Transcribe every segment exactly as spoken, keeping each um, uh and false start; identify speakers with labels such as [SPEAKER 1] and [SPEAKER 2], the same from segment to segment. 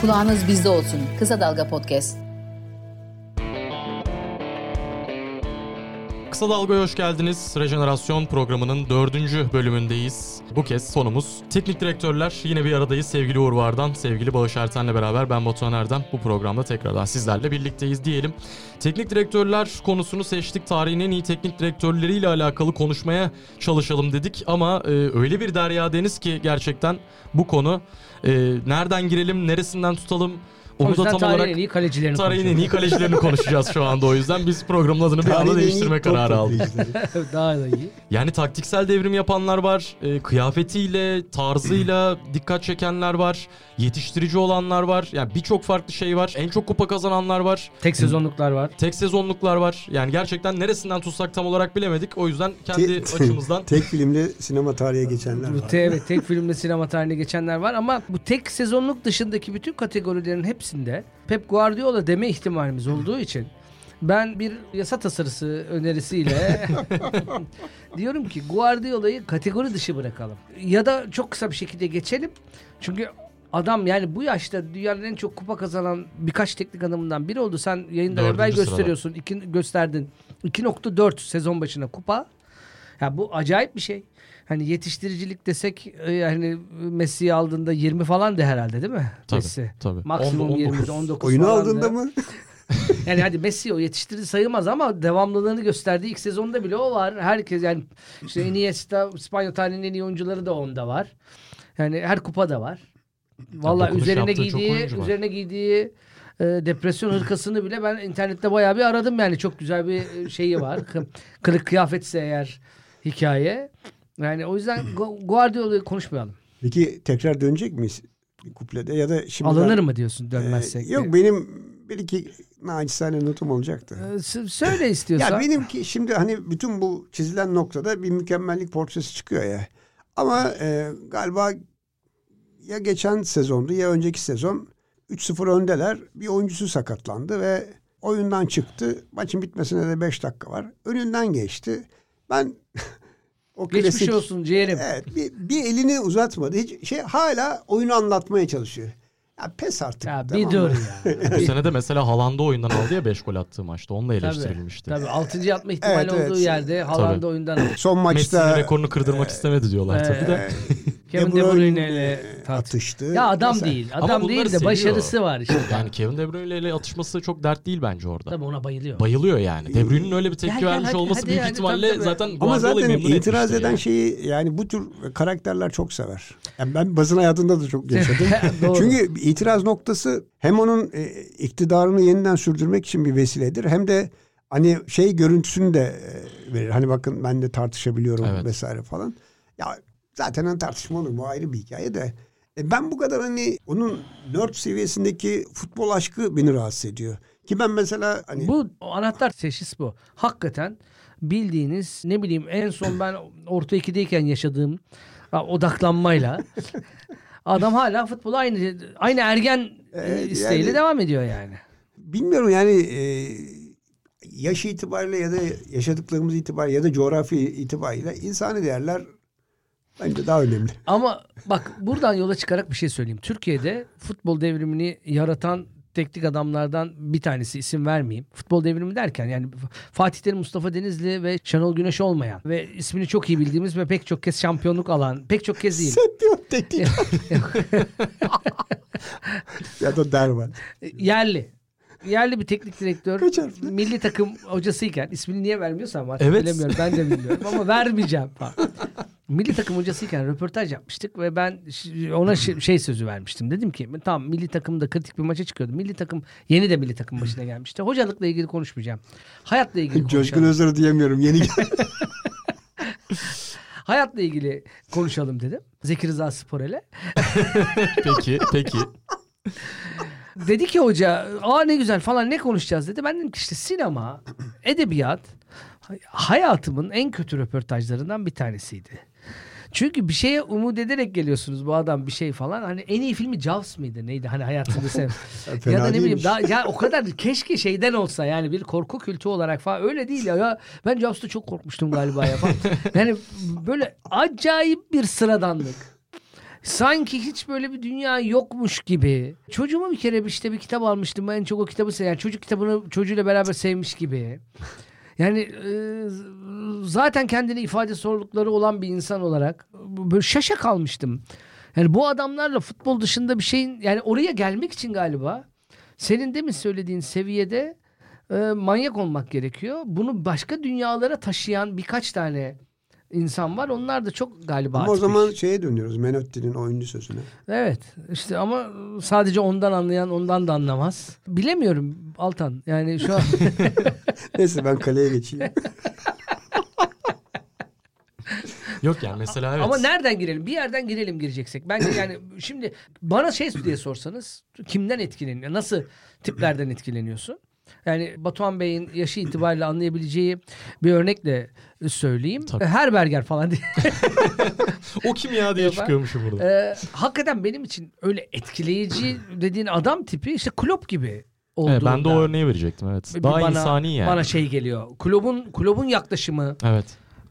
[SPEAKER 1] Kulağınız bizde olsun. Kısa Dalga Podcast.
[SPEAKER 2] Kısa Dalga'ya hoş geldiniz. Rejenerasyon programının dördüncü bölümündeyiz. Bu kez sonumuz. Teknik direktörler yine bir aradayız. Sevgili Uğur Vardan, sevgili Bağış Erten'le beraber ben Batuhan Erdem. Bu programda tekrardan sizlerle birlikteyiz diyelim. Teknik direktörler konusunu seçtik. Tarihin en iyi teknik direktörleriyle alakalı konuşmaya çalışalım dedik. Ama e, öyle bir derya deniz ki gerçekten bu konu. E, nereden girelim, neresinden tutalım? Onu da tam
[SPEAKER 3] tarihin
[SPEAKER 2] olarak
[SPEAKER 3] en iyi kalecilerini
[SPEAKER 2] tarihin en iyi kalecilerini konuşacağız şu anda, o yüzden biz programın adını bir anda değiştirme kararı aldık.
[SPEAKER 3] Daha da iyi.
[SPEAKER 2] Yani taktiksel devrim yapanlar var, e, kıyafetiyle, tarzıyla dikkat çekenler var, yetiştirici olanlar var. Yani birçok farklı şey var. En çok kupa kazananlar var.
[SPEAKER 3] Tek sezonluklar var.
[SPEAKER 2] Tek sezonluklar var. Yani gerçekten neresinden tutsak tam olarak bilemedik. O yüzden kendi
[SPEAKER 4] Te-
[SPEAKER 2] açımızdan.
[SPEAKER 4] Tek filmde sinema tarihe geçenler var.
[SPEAKER 3] Te- evet, tek filmde sinema tarihine geçenler var ama bu tek sezonluk dışındaki bütün kategorilerin hepsinde Pep Guardiola deme ihtimalimiz olduğu için ben bir yasa tasarısı önerisiyle diyorum ki Guardiola'yı kategori dışı bırakalım. Ya da çok kısa bir şekilde geçelim. Çünkü adam yani bu yaşta dünyanın en çok kupa kazanan birkaç teknik adamından biri oldu. Sen yayından
[SPEAKER 2] Dördüncü
[SPEAKER 3] evvel
[SPEAKER 2] sırada.
[SPEAKER 3] gösteriyorsun. İki, gösterdin. iki nokta dört sezon başına kupa. Ya bu acayip bir şey. Hani yetiştiricilik desek yani Messi'yi aldığında yirmi falan de herhalde değil mi?
[SPEAKER 2] Tabii,
[SPEAKER 3] Messi.
[SPEAKER 2] tabii.
[SPEAKER 3] Maksimum
[SPEAKER 2] on, on dokuz.
[SPEAKER 3] yirmi, on dokuz
[SPEAKER 4] Oyunu
[SPEAKER 3] falan
[SPEAKER 4] aldığında
[SPEAKER 3] de.
[SPEAKER 4] mı?
[SPEAKER 3] Yani hadi Messi o yetiştirici sayılmaz ama devamlılığını gösterdiği ilk sezonda bile o var. Herkes yani işte Iniesta, İspanya tarihinin en iyi oyuncuları da onda var. Yani her kupada var. Vallahi
[SPEAKER 2] dokunuş
[SPEAKER 3] üzerine
[SPEAKER 2] yaptığı çok
[SPEAKER 3] giydiği
[SPEAKER 2] oyuncu var.
[SPEAKER 3] üzerine giydiği e, depresyon hırkasını bile ben internette bayağı bir aradım yani. Çok güzel bir şeyi var. Kı- Kılık kıyafetse eğer hikaye. Yani o yüzden Gu- Guardiola'yı konuşmayalım.
[SPEAKER 4] Peki tekrar dönecek miyiz kuplede ya da şimdi
[SPEAKER 3] Alınır mı diyorsun dönmezsek?
[SPEAKER 4] Ee, yok benim bir iki naçizane notum olacaktı.
[SPEAKER 3] Ee, s- söyle istiyorsan.
[SPEAKER 4] Ya benimki şimdi hani bütün bu çizilen noktada bir mükemmellik portresi çıkıyor ya. Ama e, galiba ya geçen sezondu ya önceki sezon üç sıfır öndeler. Bir oyuncusu sakatlandı ve oyundan çıktı. Maçın bitmesine de beş dakika var. Önünden geçti. Ben o
[SPEAKER 3] Geçmiş
[SPEAKER 4] klasik,
[SPEAKER 3] olsun ciğerim.
[SPEAKER 4] evet, bir, bir elini uzatmadı. Hiç şey hala oyunu anlatmaya çalışıyor. Ya pes artık.
[SPEAKER 3] Ya
[SPEAKER 4] tamam
[SPEAKER 3] bir dur
[SPEAKER 4] mı?
[SPEAKER 3] ya.
[SPEAKER 2] Bu sene de mesela Haaland'ı oyundan aldı ya beş gol attığı maçta. Onunla eleştirilmişti.
[SPEAKER 3] Tabii altıncı yatma ihtimali
[SPEAKER 4] Evet, evet.
[SPEAKER 3] olduğu yerde Haaland'ı
[SPEAKER 2] Tabii.
[SPEAKER 3] oyundan alır.
[SPEAKER 4] Son
[SPEAKER 2] Messi'nin
[SPEAKER 4] maçta
[SPEAKER 2] rekorunu kırdırmak istemedi diyorlar tabii de.
[SPEAKER 3] Kevin De Bruyne ile tartıştı.
[SPEAKER 4] atıştı.
[SPEAKER 3] Ya adam
[SPEAKER 4] Mesela.
[SPEAKER 3] değil.
[SPEAKER 2] Ama
[SPEAKER 3] Adam
[SPEAKER 2] bunları
[SPEAKER 3] değil de
[SPEAKER 2] seviyor.
[SPEAKER 3] başarısı var işte.
[SPEAKER 2] Yani Kevin De Bruyne ile atışması çok dert değil bence orada.
[SPEAKER 3] Tabii ona bayılıyor.
[SPEAKER 2] Bayılıyor yani. De Bruyne'nin öyle bir tepki
[SPEAKER 3] Gel, gel,
[SPEAKER 2] vermiş
[SPEAKER 3] hadi,
[SPEAKER 2] olması
[SPEAKER 3] hadi,
[SPEAKER 2] büyük
[SPEAKER 3] hadi,
[SPEAKER 2] ihtimalle
[SPEAKER 3] tabii, tabii.
[SPEAKER 2] zaten
[SPEAKER 4] Ama
[SPEAKER 2] Guardiola'yı
[SPEAKER 4] zaten
[SPEAKER 2] memnun
[SPEAKER 4] itiraz
[SPEAKER 2] etmiştir
[SPEAKER 4] eden
[SPEAKER 2] yani.
[SPEAKER 4] şeyi yani bu tür karakterler çok sever. Yani ben basın hayatında da çok yaşadım.
[SPEAKER 3] Doğru.
[SPEAKER 4] Çünkü itiraz noktası hem onun e, iktidarını yeniden sürdürmek için bir vesiledir, hem de hani şey görüntüsünü de e, verir. Hani bakın ben de tartışabiliyorum
[SPEAKER 2] Evet.
[SPEAKER 4] vesaire falan. Ya zaten hani tartışma olur, bu ayrı bir hikaye de. E, ben bu kadar hani onun nerd seviyesindeki futbol aşkı beni rahatsız ediyor. Ki ben mesela hani
[SPEAKER 3] Bu anahtar teşhis bu. Hakikaten bildiğiniz ne bileyim en son ben orta ikideyken yaşadığım ha, odaklanmayla adam hala futbola aynı aynı ergen
[SPEAKER 4] Evet,
[SPEAKER 3] isteğiyle
[SPEAKER 4] yani-
[SPEAKER 3] devam ediyor yani.
[SPEAKER 4] bilmiyorum yani e, yaş itibariyle ya da yaşadıklarımız itibariyle ya da coğrafya itibariyle insani değerler bence daha önemli.
[SPEAKER 3] Ama bak buradan yola çıkarak bir şey söyleyeyim. Türkiye'de futbol devrimini yaratan teknik adamlardan bir tanesi, isim vermeyeyim. Futbol devrimi derken yani Fatih Terim, Mustafa Denizli ve Şenol Güneş olmayan ve ismini çok iyi bildiğimiz ve pek çok kez şampiyonluk alan, pek çok kez değil.
[SPEAKER 4] Sen diyor teknik. Ya da Derman.
[SPEAKER 3] Yerli. Yerli bir teknik direktör.
[SPEAKER 4] Kaç harfli?
[SPEAKER 3] Milli takım hocasıyken ismini niye vermiyorsam artık
[SPEAKER 2] Evet.
[SPEAKER 3] bilemiyorum. Ben de bilmiyorum ama vermeyeceğim falan. Milli takım hocasıyken röportaj yapmıştık ve ben ş- ona ş- şey sözü vermiştim. Dedim ki tamam, milli takımda kritik bir maça çıkıyordu. Milli takım yeni de milli takım başına gelmişti. Hocalıkla ilgili konuşmayacağım. Hayatla ilgili
[SPEAKER 4] Coşkun
[SPEAKER 3] konuşalım.
[SPEAKER 4] Özer'i diyemiyorum. Yeni
[SPEAKER 3] Hayatla ilgili konuşalım dedim. Zeki Rıza Sporel'e.
[SPEAKER 2] Peki, peki.
[SPEAKER 3] Dedi ki hoca, aa ne güzel falan, ne konuşacağız dedi. Ben dedim ki işte sinema, edebiyat hayatımın en kötü röportajlarından bir tanesiydi. Çünkü bir şeye umut ederek geliyorsunuz, bu adam bir şey falan. Hani en iyi filmi Jaws mıydı neydi? Hani hayatımda sev.
[SPEAKER 4] Fena
[SPEAKER 3] Ya da ne bileyim
[SPEAKER 4] değilmiş.
[SPEAKER 3] daha ya o kadar keşke şeyden olsa yani bir korku kültü olarak falan, öyle değil ya. Ya ben Jaws'ta çok korkmuştum galiba ya falan. Yani böyle acayip bir sıradanlık. Sanki hiç böyle bir dünya yokmuş gibi. Çocuğuma bir kere işte bir kitap almıştım. Ben en çok o kitabı seviyorum. Yani çocuk kitabını çocuğuyla beraber sevmiş gibi. Yani e, zaten kendini ifade zorlukları olan bir insan olarak böyle şaşa kalmıştım. Yani bu adamlarla futbol dışında bir şeyin, yani oraya gelmek için galiba senin demin söylediğin seviyede e, manyak olmak gerekiyor. Bunu başka dünyalara taşıyan birkaç tane insan var. Onlar da çok galiba
[SPEAKER 4] Ama o
[SPEAKER 3] atmış.
[SPEAKER 4] zaman şeye dönüyoruz. Menotti'nin oyuncu sözüne.
[SPEAKER 3] Evet. İşte ama sadece ondan anlayan ondan da anlamaz. Bilemiyorum Altan. Yani şu an
[SPEAKER 4] Neyse ben kaleye geçeyim.
[SPEAKER 2] Yok yani mesela evet.
[SPEAKER 3] ama nereden girelim? Bir yerden girelim gireceksek. Bence yani şimdi bana şey diye sorsanız kimden etkileniyor? Nasıl tiplerden etkileniyorsun? Yani Batuhan Bey'in yaşı itibariyle anlayabileceği bir örnekle söyleyeyim.
[SPEAKER 2] Tabii.
[SPEAKER 3] Herberger falan diye.
[SPEAKER 2] O kim ya diye çıkıyormuşum burada.
[SPEAKER 3] Ee, hakikaten benim için öyle etkileyici dediğin adam tipi işte Klopp gibi olduğunda.
[SPEAKER 2] Evet, ben de o örneği verecektim evet.
[SPEAKER 3] bir
[SPEAKER 2] Daha
[SPEAKER 3] bana,
[SPEAKER 2] insani yani.
[SPEAKER 3] Bana şey geliyor. Klopp'un Klopp'un yaklaşımı
[SPEAKER 2] Evet.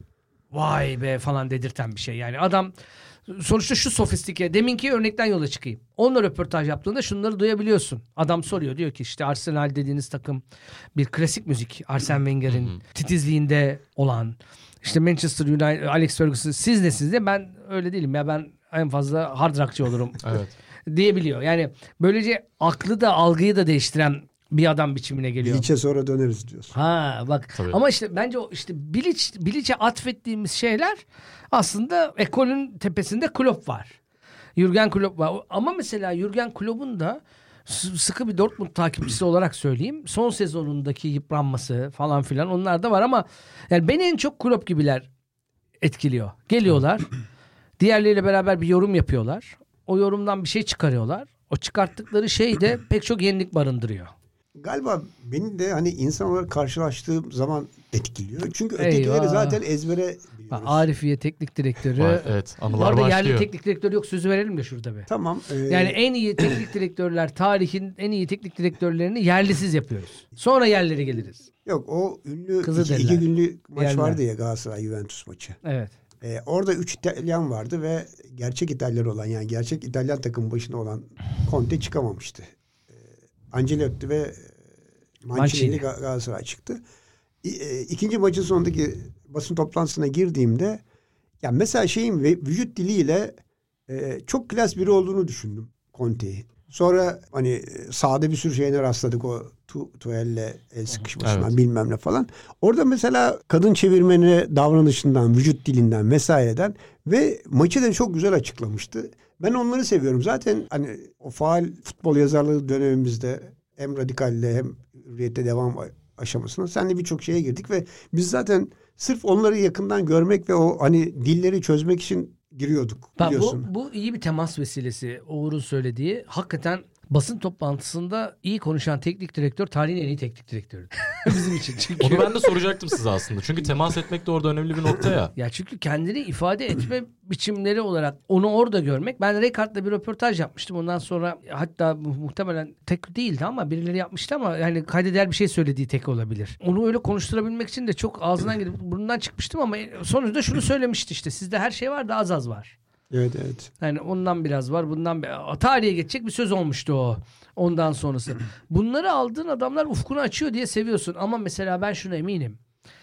[SPEAKER 3] vay be falan dedirten bir şey. Yani adam sonuçta şu sofistike. Deminki örnekten yola çıkayım. Onunla röportaj yaptığında şunları duyabiliyorsun. Adam soruyor, diyor ki işte Arsenal dediğiniz takım bir klasik müzik. Arsene Wenger'in titizliğinde olan. İşte Manchester United, Alex Ferguson, siz nesiniz diye, ben öyle değilim ya, ben en fazla hard rockçı olurum
[SPEAKER 2] Evet.
[SPEAKER 3] diyebiliyor. Yani böylece aklı da algıyı da değiştiren bir adam biçimine geliyor.
[SPEAKER 4] Bilic'e sonra döneriz diyorsun.
[SPEAKER 3] Ha bak
[SPEAKER 2] Tabii.
[SPEAKER 3] ama işte bence o işte Bilic, Bilic'e atfettiğimiz şeyler aslında ekolün tepesinde Klopp var. Jürgen Klopp var. Ama mesela Jürgen Klopp'un da s- sıkı bir Dortmund takipçisi olarak söyleyeyim. Son sezonundaki yıpranması falan filan onlar da var ama yani beni en çok Klopp gibiler etkiliyor. Geliyorlar. Diğerleriyle beraber bir yorum yapıyorlar. O yorumdan bir şey çıkarıyorlar. O çıkarttıkları şey de pek çok yenilik barındırıyor.
[SPEAKER 4] Galiba beni de hani insan olarak karşılaştığım zaman etkiliyor. Çünkü
[SPEAKER 3] Eyvah.
[SPEAKER 4] ötekileri zaten ezbere biliyoruz.
[SPEAKER 3] Ha, Arifiye teknik direktörü.
[SPEAKER 2] Var, evet.
[SPEAKER 3] Bu
[SPEAKER 2] Anılar
[SPEAKER 3] arada
[SPEAKER 2] başlıyor.
[SPEAKER 3] yerli teknik direktör yok, sözü verelim de şurada be.
[SPEAKER 4] Tamam. E,
[SPEAKER 3] Yani en iyi teknik direktörler, tarihin en iyi teknik direktörlerini yerlisiz yapıyoruz. Sonra yerlere geliriz.
[SPEAKER 4] Yok o ünlü
[SPEAKER 3] Kızı
[SPEAKER 4] iki,
[SPEAKER 3] derler.
[SPEAKER 4] iki günlük maç
[SPEAKER 3] Yerler.
[SPEAKER 4] vardı ya, Galatasaray Juventus maçı.
[SPEAKER 3] Evet.
[SPEAKER 4] E, orada üç İtalyan vardı ve gerçek İtalyan olan, yani gerçek İtalyan takım başında olan Conte çıkamamıştı. E, Ancelotti ve e, Mancini
[SPEAKER 3] Mancini.
[SPEAKER 4] Ga- Galatasaray çıktı. İ, e, ikinci maçın sonundaki basın toplantısına girdiğimde ya mesela şeyin ve vücut diliyle e, çok klas biri olduğunu düşündüm Conte'yi. Sonra hani e, sahada bir sürü şeyine rastladık, o tu, tuelle el sıkışmasından
[SPEAKER 2] Evet.
[SPEAKER 4] bilmem ne falan. Orada mesela kadın çevirmeni davranışından, vücut dilinden vesaireden ve maçı da çok güzel açıklamıştı. Ben onları seviyorum. Zaten hani o faal futbol yazarlığı dönemimizde hem Radikal'le hem Hürriyet'te devam aşamasında seninle birçok şeye girdik ve biz zaten sırf onları yakından görmek ve o hani dilleri çözmek için giriyorduk,
[SPEAKER 3] Bak,
[SPEAKER 4] biliyorsun.
[SPEAKER 3] bu, bu iyi bir temas vesilesi. Uğur'un söylediği. Hakikaten basın toplantısında iyi konuşan teknik direktör tarihin en iyi teknik direktörü. Bizim için. Çünkü
[SPEAKER 2] Onu ben de soracaktım size aslında. Çünkü temas etmek de orada önemli bir nokta ya.
[SPEAKER 3] ya çünkü kendini ifade etme biçimleri olarak onu orada görmek. Ben Rekard'la bir röportaj yapmıştım. Ondan sonra hatta mu- muhtemelen tek değildi ama birileri yapmıştı ama yani kaydeder bir şey söylediği tek olabilir. Onu öyle konuşturabilmek için de çok ağzından gidip burnundan çıkmıştım ama sonuçta şunu söylemişti işte. Sizde her şey var da az az var.
[SPEAKER 4] Evet evet.
[SPEAKER 3] Yani ondan biraz var, bundan bir... Tarihe geçecek bir söz olmuştu o. Ondan sonrası. Bunları aldığın adamlar ufkunu açıyor diye seviyorsun. Ama mesela ben şuna eminim.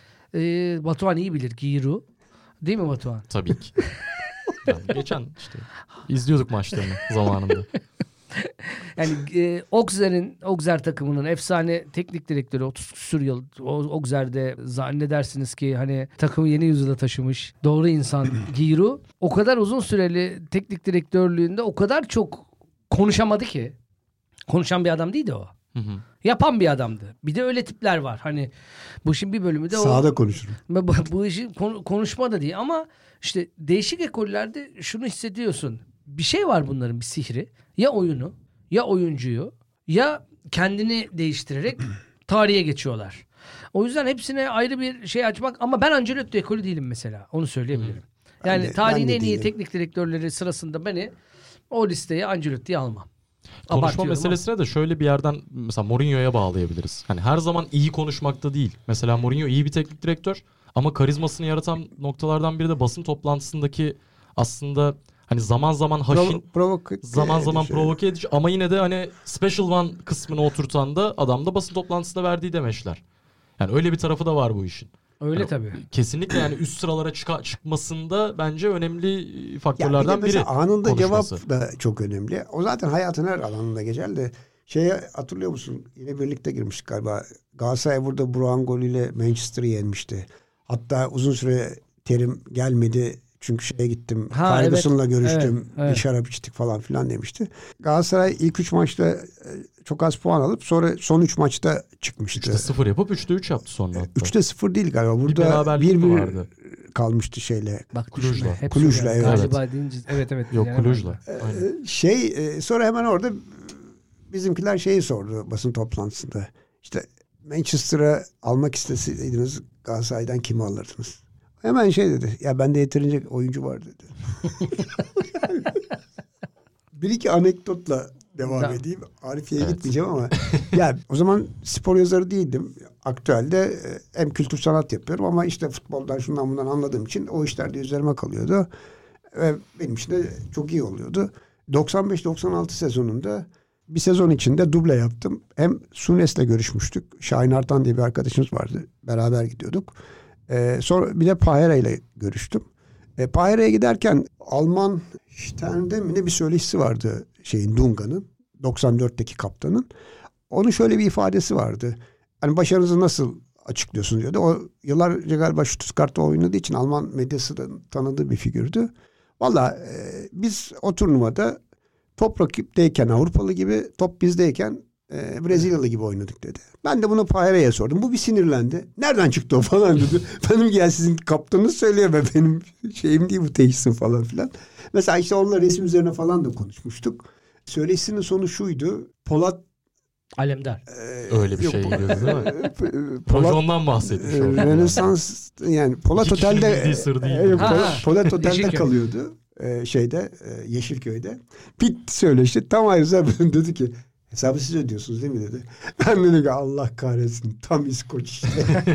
[SPEAKER 3] Ee, Batuhan iyi bilir Giroud. Değil mi Batuhan?
[SPEAKER 2] Tabii ki. Yani geçen işte izliyorduk maçlarını zamanında.
[SPEAKER 3] Yani e, Auxerre'in, Auxerre takımının efsane teknik direktörü otuz küsur yıl O- Auxerre'de zannedersiniz ki hani takımı yeni yüzyıla taşımış doğru insan Giroud. O kadar uzun süreli teknik direktörlüğünde o kadar çok konuşamadı ki. Konuşan bir adam değildi o.
[SPEAKER 2] Hı hı.
[SPEAKER 3] Yapan bir adamdı. Bir de öyle tipler var. Hani bu işin bir bölümü de o.
[SPEAKER 4] Sahada konuşurum.
[SPEAKER 3] Bu, bu işin konu- konuşma da değil ama işte değişik ekollerde şunu hissediyorsun. Bir şey var bunların, bir sihri. Ya oyunu, ya oyuncuyu, ya kendini değiştirerek tarihe geçiyorlar. O yüzden hepsine ayrı bir şey açmak, ama ben Ancelotti ekolü değilim mesela. Onu söyleyebilirim.
[SPEAKER 4] Ben
[SPEAKER 3] Yani
[SPEAKER 4] de-
[SPEAKER 3] tarihin
[SPEAKER 4] ben de
[SPEAKER 3] en iyi
[SPEAKER 4] değilim.
[SPEAKER 3] teknik direktörleri sırasında beni o listeye Ancelotti'yi almam.
[SPEAKER 2] Konuşma
[SPEAKER 3] Abartıyorum
[SPEAKER 2] meselesine de şöyle bir yerden mesela Mourinho'ya bağlayabiliriz. Hani her zaman iyi konuşmakta değil. Mesela Mourinho iyi bir teknik direktör ama karizmasını yaratan noktalardan biri de basın toplantısındaki aslında Hani zaman zaman haşin,
[SPEAKER 4] Provo-
[SPEAKER 2] zaman zaman
[SPEAKER 4] edici.
[SPEAKER 2] provoke edici ama yine de hani special one kısmını oturtan da adam da basın toplantısında verdiği demeçler. Yani öyle bir tarafı da var bu işin.
[SPEAKER 3] Öyle
[SPEAKER 2] yani
[SPEAKER 3] tabii.
[SPEAKER 2] Kesinlikle yani üst sıralara çıka, çıkmasında bence önemli
[SPEAKER 4] Ya
[SPEAKER 2] faktörlerden
[SPEAKER 4] bir de
[SPEAKER 2] biri.
[SPEAKER 4] anında
[SPEAKER 2] konuşması.
[SPEAKER 4] cevap da çok önemli. O zaten hayatın her alanında geçer de şeye hatırlıyor musun? Yine birlikte girmiştik galiba. Galatasaray burada Burak'ın golüyle Manchester'ı yenmişti. Hatta uzun süre terim gelmedi. Çünkü şeye gittim.
[SPEAKER 3] Ha,
[SPEAKER 4] Ferguson'la
[SPEAKER 3] evet,
[SPEAKER 4] görüştüm.
[SPEAKER 3] evet, evet.
[SPEAKER 4] Bir şarap içtik falan filan demişti. Galatasaray ilk üç maçta çok az puan alıp sonra son üç maçta çıkmıştı.
[SPEAKER 2] üçte sıfır yapıp üçte üç yaptı sonra hatta.
[SPEAKER 4] üçte sıfır değil galiba. Burada
[SPEAKER 2] beraberlik
[SPEAKER 4] bir
[SPEAKER 2] mi
[SPEAKER 4] bir
[SPEAKER 2] vardı?
[SPEAKER 4] kalmıştı şeyle.
[SPEAKER 3] Bak
[SPEAKER 2] Kuluj'la.
[SPEAKER 3] düşme. Hep
[SPEAKER 4] Kuluj'la,
[SPEAKER 3] söylüyorum.
[SPEAKER 4] evet.
[SPEAKER 3] Galiba deyince evet evet.
[SPEAKER 2] Yok
[SPEAKER 3] Yani
[SPEAKER 2] Kuluj'la. Aynen.
[SPEAKER 4] Şey e, sonra hemen orada bizimkiler şeyi sordu basın toplantısında. İşte Manchester'a almak isteseydiniz Galatasaray'dan kimi alırdınız? Hemen şey dedi. Ya bende yeterince oyuncu var dedi. Bir iki anekdotla devam
[SPEAKER 3] Da-
[SPEAKER 4] edeyim. Arifiye'ye
[SPEAKER 2] Evet.
[SPEAKER 4] gitmeyeceğim ama ya o zaman spor yazarı değildim. Aktüelde e, hem kültür sanat yapıyorum ama işte futboldan şundan bundan anladığım için o işler de üzerime kalıyordu. Ve benim için de çok iyi oluyordu. doksan beş doksan altı sezonunda bir sezon içinde duble yaptım. Hem Sunes'le görüşmüştük. Şahin Artan diye bir arkadaşımız vardı. Beraber gidiyorduk. Ee, sonra bir de Pahera ile görüştüm. E, Pahera'ya giderken Alman Stern'de mi ne bir söyleşisi vardı şeyin Dunga'nın. doksan dörtteki kaptanın. Onun şöyle bir ifadesi vardı. Hani başarınızı nasıl açıklıyorsunuz diyordu. O yıllarca galiba Stuttgart'ta oynadığı için Alman medyası da tanıdığı bir figürdü. Valla e, biz o turnuvada top rakipteyken Avrupalı gibi, top bizdeyken e, Brezilyalı gibi oynadık dedi. Ben de bunu Pahera'ya sordum. Bu bir sinirlendi. Nereden çıktı o falan dedi. Benim gel sizin kaptanınız söylüyor ve benim şeyim değil bu teşhisim falan filan. Mesela işte onunla resim üzerine falan da konuşmuştuk. Söyleşisinin sonu şuydu. Polat
[SPEAKER 3] Alemdar.
[SPEAKER 4] e,
[SPEAKER 2] Öyle bir
[SPEAKER 4] yok,
[SPEAKER 2] şey
[SPEAKER 4] Polat-
[SPEAKER 2] geliyordu değil mi?
[SPEAKER 4] e, Polat,
[SPEAKER 2] Projon'dan bahsetmiş
[SPEAKER 4] e,
[SPEAKER 2] orada.
[SPEAKER 4] Rönesans yani Polat
[SPEAKER 2] İki kişinin
[SPEAKER 4] Otel'de
[SPEAKER 2] bildiği sır değil.
[SPEAKER 4] e,
[SPEAKER 3] Ha,
[SPEAKER 4] Polat,
[SPEAKER 3] ha.
[SPEAKER 4] Polat Otel'de
[SPEAKER 3] Yeşilköy.
[SPEAKER 4] kalıyordu. E, şeyde e, Yeşilköy'de. Pit söyleşti. Tam ayrıca dedi ki hesabı siz ödüyorsunuz değil mi dedi. Ben dedim ki Allah kahretsin tam İskoç işte.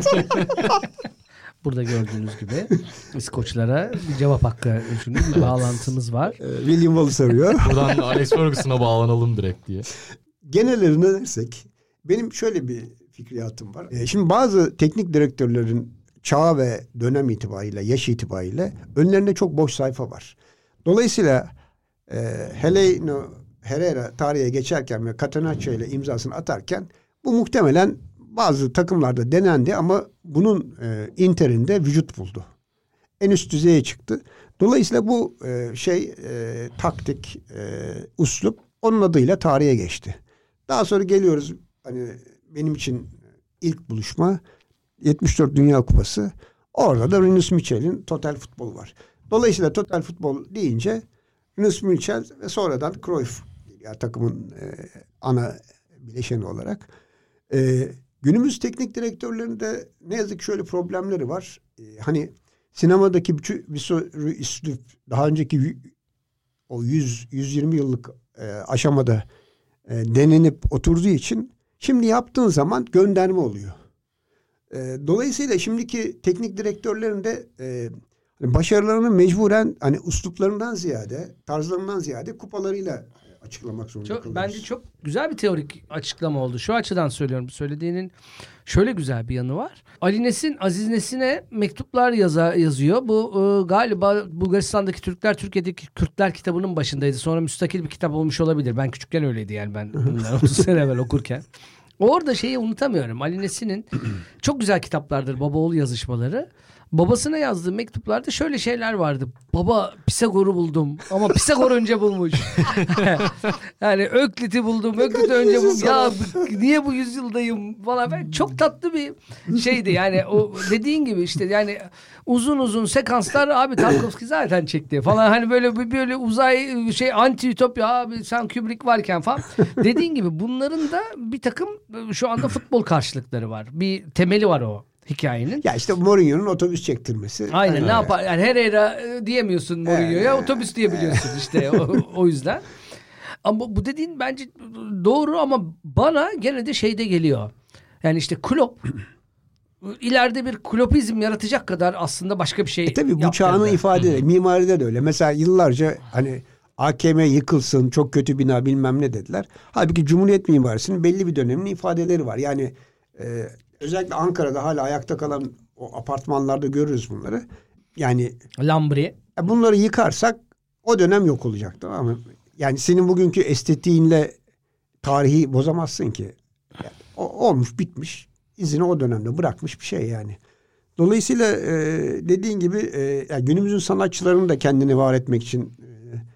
[SPEAKER 3] Burada gördüğünüz gibi İskoçlara bir cevap hakkı şimdi bir bağlantımız var.
[SPEAKER 4] E, William Wallace arıyor.
[SPEAKER 2] Buradan Alex Ferguson'a bağlanalım direkt diye.
[SPEAKER 4] Genellerine dersek benim şöyle bir fikriyatım var. E, şimdi bazı teknik direktörlerin çağı ve dönem itibariyle, yaş itibariyle önlerinde çok boş sayfa var. Dolayısıyla e, Heleno Herrera tarihe geçerken ve Catenaccio ile imzasını atarken bu muhtemelen bazı takımlarda denendi ama bunun e, Inter'inde vücut buldu. En üst düzeye çıktı. Dolayısıyla bu e, şey e, taktik, e, uslup onun adıyla tarihe geçti. Daha sonra geliyoruz hani benim için ilk buluşma yetmiş dört Dünya Kupası. Orada da Rinus Michels'in Total Futbol var. Dolayısıyla Total Futbol deyince Rinus Michels ve sonradan Cruyff yani takımın e, ana bileşeni olarak. E, günümüz teknik direktörlerinde ne yazık ki şöyle problemleri var. E, hani sinemadaki bir, bir sürü üslup daha önceki o yüz yüz yirmi yıllık e, aşamada e, denenip oturduğu için şimdi yaptığın zaman gönderme oluyor. E, dolayısıyla şimdiki teknik direktörlerin de e, başarılarını mecburen hani usluplarından ziyade, tarzlarından ziyade kupalarıyla açıklamak zorunda
[SPEAKER 3] Çok,
[SPEAKER 4] kalıyoruz.
[SPEAKER 3] bence çok güzel bir teorik açıklama oldu. Şu açıdan söylüyorum. Söylediğinin şöyle güzel bir yanı var. Ali Nesin, Aziz Nesin'e mektuplar yaza, yazıyor. Bu e, galiba Bulgaristan'daki Türkler, Türkiye'deki Kürtler kitabının başındaydı. Sonra müstakil bir kitap olmuş olabilir. Ben küçükken öyleydi yani ben bunları otuz sene evvel okurken. Orada şeyi unutamıyorum. Ali Nesin'in çok güzel kitaplardır baba oğul yazışmaları. Babasına yazdığı mektuplarda şöyle şeyler vardı. Baba Pisagor'u buldum ama Pisagor önce bulmuş. Yani Öklit'i buldum. Öklit'i önce buldum. Ya niye bu yüzyıldayım falan. Ben çok tatlı bir şeydi. Yani o dediğin gibi işte yani uzun uzun sekanslar abi Tarkovski zaten çekti falan. Hani böyle böyle uzay şey anti ütopya abi sen Kubrick varken falan. Dediğin gibi bunların da bir takım şu anda futbol karşılıkları var. Bir temeli var o hikayenin.
[SPEAKER 4] Ya işte Mourinho'nun otobüs çektirmesi.
[SPEAKER 3] Aynen
[SPEAKER 4] Yani,
[SPEAKER 3] ne yapar? Yani Herrera e, diyemiyorsun Mourinho'ya, otobüs diyebiliyorsun işte o, o yüzden. Ama bu dediğin bence doğru ama bana gene de şeyde geliyor. Yani işte Klopp ileride bir klopizm yaratacak kadar aslında başka bir şey
[SPEAKER 4] E tabii bu
[SPEAKER 3] yaptırdı.
[SPEAKER 4] çağının ifadeleri. Mimaride de öyle. Mesela yıllarca hani A K M yıkılsın, çok kötü bina bilmem ne dediler. Halbuki Cumhuriyet mimarisinin belli bir dönemin ifadeleri var. Yani e, özellikle Ankara'da hala ayakta kalan o apartmanlarda görürüz bunları. Yani
[SPEAKER 3] Lambri.
[SPEAKER 4] bunları yıkarsak o dönem yok olacak, tamam mı? Yani senin bugünkü estetiğinle tarihi bozamazsın ki. Yani o, olmuş bitmiş. İzini o dönemde bırakmış bir şey yani. Dolayısıyla e, dediğin gibi e, yani günümüzün sanatçılarının da kendini var etmek için e,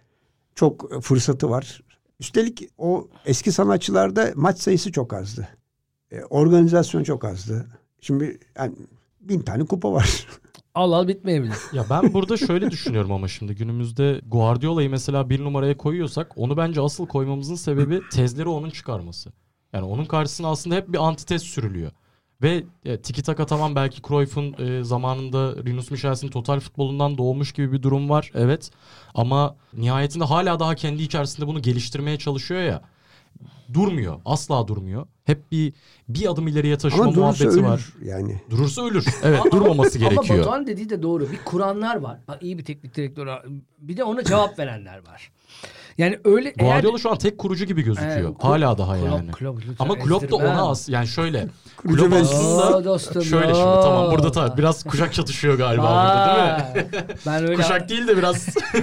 [SPEAKER 4] çok fırsatı var. Üstelik o eski sanatçılarda maç sayısı çok azdı. E, organizasyon çok azdı. Şimdi yani bin tane kupa var.
[SPEAKER 3] Al al bitmeyebilir.
[SPEAKER 2] Ya ben burada şöyle düşünüyorum ama şimdi günümüzde Guardiola'yı mesela bir numaraya koyuyorsak onu bence asıl koymamızın sebebi tezleri onun çıkarması. Yani onun karşısına aslında hep bir antitez sürülüyor. Ve e, tiki taka tamam belki Cruyff'un e, zamanında Rinus Michels'in total futbolundan doğmuş gibi bir durum var. Evet ama nihayetinde hala daha kendi içerisinde bunu geliştirmeye çalışıyor ya. Durmuyor. Asla durmuyor. Hep bir bir adım ileriye taşıma
[SPEAKER 4] Ama durursa
[SPEAKER 2] muhabbeti
[SPEAKER 4] ölür
[SPEAKER 2] var.
[SPEAKER 4] yani.
[SPEAKER 2] Durursa ölür. Evet, durmaması
[SPEAKER 3] Ama
[SPEAKER 2] gerekiyor.
[SPEAKER 3] Batuhan dediği de doğru. Bir kuranlar var. Bak, iyi bir teknik direktör. Bir de ona cevap verenler var. Yani öyle
[SPEAKER 2] Guardiola
[SPEAKER 3] eğer...
[SPEAKER 2] şu an tek kurucu gibi gözüküyor.
[SPEAKER 3] Ee,
[SPEAKER 2] Hala daha
[SPEAKER 3] Klopp,
[SPEAKER 2] yani.
[SPEAKER 3] Klopp, lütfen
[SPEAKER 2] Ama Klopp da
[SPEAKER 3] ezdirmem.
[SPEAKER 2] ona as yani şöyle.
[SPEAKER 4] Kurucu
[SPEAKER 2] Klopp
[SPEAKER 4] ve-
[SPEAKER 2] aslında
[SPEAKER 3] Aa, dostum,
[SPEAKER 2] şöyle şimdi
[SPEAKER 3] aa.
[SPEAKER 2] tamam burada tabii biraz kuşak çatışıyor galiba burada değil mi?
[SPEAKER 3] Ben öyle...
[SPEAKER 2] Kuşak değil de biraz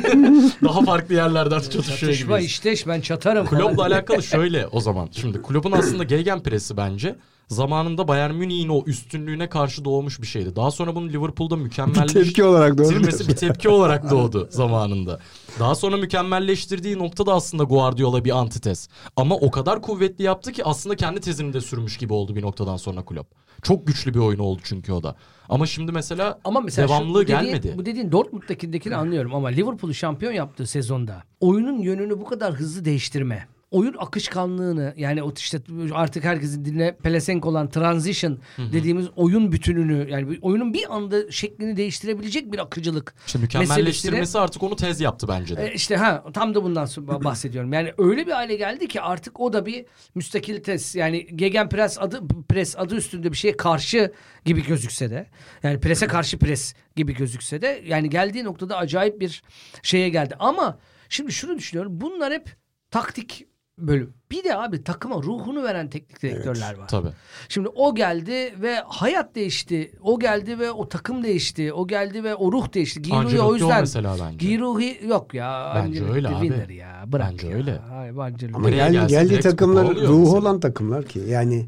[SPEAKER 2] daha farklı yerlerden çatışıyor
[SPEAKER 3] Çatışma
[SPEAKER 2] gibi.
[SPEAKER 3] işte ben çatarım.
[SPEAKER 2] Klopp'la alakalı şöyle o zaman. Şimdi Klopp'un aslında gegenpressi bence zamanında Bayern Münih'in o üstünlüğüne karşı doğmuş bir şeydi. Daha sonra bunun Liverpool'da
[SPEAKER 4] Bir
[SPEAKER 2] mükemmelleştirmesi
[SPEAKER 4] tepki olarak doğru
[SPEAKER 2] bir tepki olarak doğdu zamanında. Daha sonra mükemmelleştirdiği noktada aslında Guardiola bir antitez. Ama o kadar kuvvetli yaptı ki aslında kendi tezini de sürmüş gibi oldu bir noktadan sonra Klopp. Çok güçlü bir oyun oldu çünkü o da. Ama şimdi mesela,
[SPEAKER 3] Ama mesela
[SPEAKER 2] devamlılığı
[SPEAKER 3] şu, bu dediğin,
[SPEAKER 2] gelmedi.
[SPEAKER 3] Bu dediğin Dortmund'dakindekini anlıyorum ama Liverpool'u şampiyon yaptığı sezonda oyunun yönünü bu kadar hızlı değiştirme, oyun akışkanlığını yani o işte artık herkesin diline pelesenk olan transition dediğimiz oyun bütününü yani oyunun bir anda şeklini değiştirebilecek bir akıcılık.
[SPEAKER 2] İşte mükemmelleştirmesi
[SPEAKER 3] meselesine-
[SPEAKER 2] artık onu tez yaptı bence de.
[SPEAKER 3] E işte ha tam da bundan sonra bahsediyorum. Yani öyle bir hale geldi ki artık o da bir müstakil test. Yani gegenpress adı pres adı üstünde bir şeye karşı gibi gözükse de yani prese karşı pres gibi gözükse de yani geldiği noktada acayip bir şeye geldi. Ama şimdi şunu düşünüyorum. Bunlar hep taktik bölüm. Bir de abi takıma ruhunu veren teknik direktörler var.
[SPEAKER 2] Tabii.
[SPEAKER 3] Şimdi o geldi ve hayat değişti. O geldi ve o takım değişti. O geldi ve o ruh değişti. Giroud'i
[SPEAKER 2] Ancelotti
[SPEAKER 3] o
[SPEAKER 2] o
[SPEAKER 3] yüzden.
[SPEAKER 2] mesela bence.
[SPEAKER 3] Giroud'i yok ya.
[SPEAKER 2] Bence
[SPEAKER 3] Ancelotti
[SPEAKER 2] öyle abi.
[SPEAKER 3] winner ya. Bırak
[SPEAKER 2] Bence
[SPEAKER 3] ya.
[SPEAKER 2] öyle.
[SPEAKER 3] Hayır, Ancelotti.
[SPEAKER 4] Ama
[SPEAKER 2] Nereye
[SPEAKER 4] gel,
[SPEAKER 2] gelse
[SPEAKER 4] geldiği
[SPEAKER 2] direkt
[SPEAKER 4] takımlar
[SPEAKER 2] kupa alıyor
[SPEAKER 4] ruhu
[SPEAKER 2] mesela.
[SPEAKER 4] olan takımlar ki yani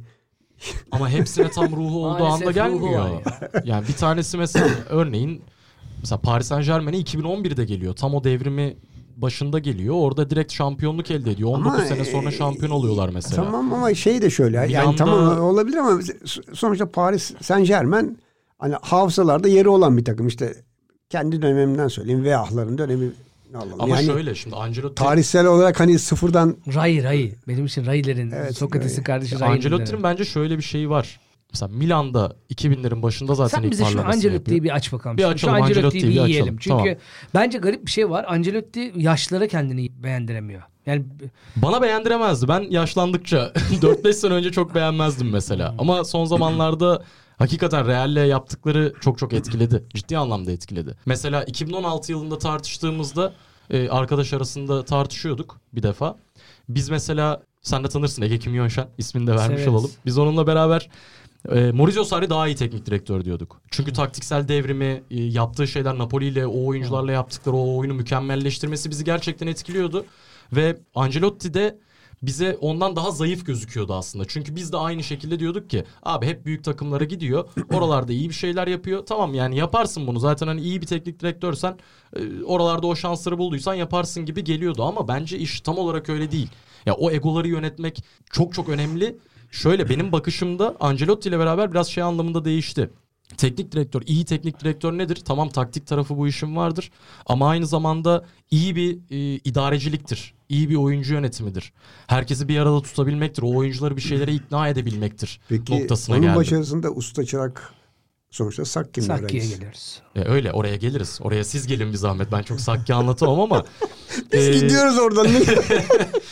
[SPEAKER 2] Ama hepsine tam ruhu olduğu
[SPEAKER 3] Maalesef
[SPEAKER 2] anda
[SPEAKER 3] ruhu
[SPEAKER 2] gelmiyor.
[SPEAKER 3] var
[SPEAKER 2] Yani bir tanesi mesela örneğin mesela Paris Saint-Germain'e iki bin on birde geliyor. Tam o devrimi başında geliyor. Orada direkt şampiyonluk elde ediyor. on dokuz
[SPEAKER 4] Ama,
[SPEAKER 2] sene sonra
[SPEAKER 4] e,
[SPEAKER 2] şampiyon oluyorlar mesela.
[SPEAKER 4] tamam ama şey de şöyle yani
[SPEAKER 2] anda-
[SPEAKER 4] tamam olabilir ama sonuçta Paris Saint-Germain hani hafızalarda yeri olan bir takım işte kendi dönemimden söyleyeyim Veahların dönemi alalım.
[SPEAKER 2] Ama
[SPEAKER 4] yani
[SPEAKER 2] şöyle şimdi Ancelotti
[SPEAKER 4] tarihsel olarak hani sıfırdan
[SPEAKER 3] Ray Ray. Benim için Ray'lerin
[SPEAKER 4] Evet,
[SPEAKER 3] Sokrates'in
[SPEAKER 4] Ray.
[SPEAKER 3] kardeşi Ray'ın.
[SPEAKER 2] Ancelotti'nin bence şöyle bir şeyi var. Mesela Milan'da iki binlerin başında zaten
[SPEAKER 3] Sen
[SPEAKER 2] ilk
[SPEAKER 3] bize şu
[SPEAKER 2] parlamasını
[SPEAKER 3] Ancelotti'yi
[SPEAKER 2] yapıyor.
[SPEAKER 3] bir aç bakalım.
[SPEAKER 2] Bir
[SPEAKER 3] Şimdi
[SPEAKER 2] açalım,
[SPEAKER 3] şu Ancelotti'yi
[SPEAKER 2] Ancelotti'yi
[SPEAKER 3] bir
[SPEAKER 2] bir
[SPEAKER 3] yiyelim.
[SPEAKER 2] açalım.
[SPEAKER 3] Çünkü
[SPEAKER 2] Tamam.
[SPEAKER 3] bence garip bir şey var. Ancelotti yaşlara kendini beğendiremiyor. Yani
[SPEAKER 2] Bana beğendiremezdi. Ben yaşlandıkça dört beş sene önce çok beğenmezdim mesela. Ama son zamanlarda hakikaten Real'le yaptıkları çok çok etkiledi. Ciddi anlamda etkiledi. Mesela iki bin on altı yılında tartıştığımızda e, arkadaş arasında tartışıyorduk bir defa. Biz mesela sen de tanırsın Ege Kim Yonşen ismini de vermiş
[SPEAKER 3] Severiz.
[SPEAKER 2] olalım. Biz onunla beraber e, Maurizio Sarri daha iyi teknik direktör diyorduk. Çünkü taktiksel devrimi, e, yaptığı şeyler Napoli ile o oyuncularla yaptıkları o oyunu mükemmelleştirmesi bizi gerçekten etkiliyordu. Ve Ancelotti de bize ondan daha zayıf gözüküyordu aslında. Çünkü biz de aynı şekilde diyorduk ki abi hep büyük takımlara gidiyor. Oralarda iyi bir şeyler yapıyor. Tamam yani yaparsın bunu. Zaten hani iyi bir teknik direktörsen e, oralarda o şansları bulduysan yaparsın gibi geliyordu. Ama bence iş tam olarak öyle değil. Ya o egoları yönetmek çok çok önemli. Şöyle benim bakışımda Ancelotti ile beraber biraz şey anlamında değişti. Teknik direktör, iyi teknik direktör nedir? Tamam taktik tarafı bu işin vardır. Ama aynı zamanda iyi bir e, idareciliktir. İyi bir oyuncu yönetimidir. Herkesi bir arada tutabilmektir. O oyuncuları bir şeylere ikna edebilmektir
[SPEAKER 4] peki
[SPEAKER 2] noktasına
[SPEAKER 4] onun
[SPEAKER 2] geldi.
[SPEAKER 4] başarısında usta çırak sonuçta Sakki'nin
[SPEAKER 3] Sakki'ye
[SPEAKER 4] öğrencisi.
[SPEAKER 3] geliyoruz.
[SPEAKER 2] E, öyle oraya geliriz. Oraya siz gelin bir zahmet. Ben çok Sakki anlatamam ama.
[SPEAKER 4] Biz
[SPEAKER 2] e,
[SPEAKER 4] gidiyoruz oradan.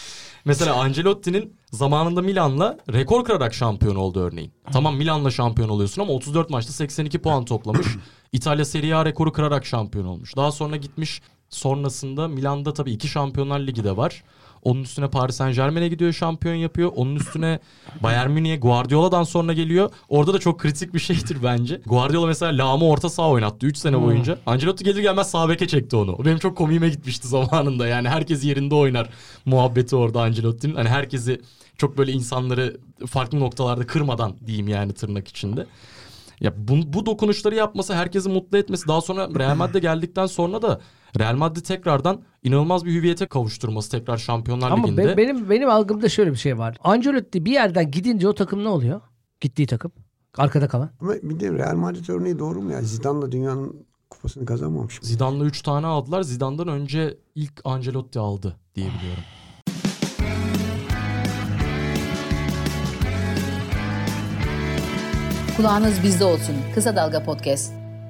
[SPEAKER 2] Mesela Ancelotti'nin zamanında Milan'la rekor kırarak şampiyon oldu örneğin. Tamam Milan'la şampiyon oluyorsun ama otuz dört maçta seksen iki puan toplamış. İtalya Serie A rekoru kırarak şampiyon olmuş. Daha sonra gitmiş, sonrasında Milan'da tabii iki Şampiyonlar Ligi de var. Onun üstüne Paris Saint-Germain'e gidiyor, şampiyon yapıyor. Onun üstüne Bayern Münih'e Guardiola'dan sonra geliyor. Orada da çok kritik bir şeydir bence. Guardiola mesela Laham'ı orta saha oynattı üç sene boyunca. Ancelotti gelir gelmez sağ beke çekti onu. O benim çok komiğime gitmişti zamanında. Yani herkes yerinde oynar muhabbeti orada Ancelotti'nin. Hani herkesi çok böyle insanları farklı noktalarda kırmadan diyeyim yani tırnak içinde. Ya bu, bu dokunuşları yapması, herkesi mutlu etmesi, daha sonra Real Madrid'e geldikten sonra da Real Madrid tekrardan inanılmaz bir hüviyete kavuşturması tekrar Şampiyonlar
[SPEAKER 3] Ama
[SPEAKER 2] Ligi'nde.
[SPEAKER 3] Ama benim benim algımda şöyle bir şey var. Ancelotti bir yerden gidince o takım ne oluyor? Gittiği takım. Arkada kalan.
[SPEAKER 4] Ama bir de Real Madrid örneği doğru mu ya? Zidane'la dünyanın kupasını kazanmamış mı?
[SPEAKER 2] Zidane'la üç tane aldılar. Zidane'dan önce ilk Ancelotti aldı diye biliyorum.
[SPEAKER 1] Kulağınız bizde olsun. Kısa Dalga Podcast.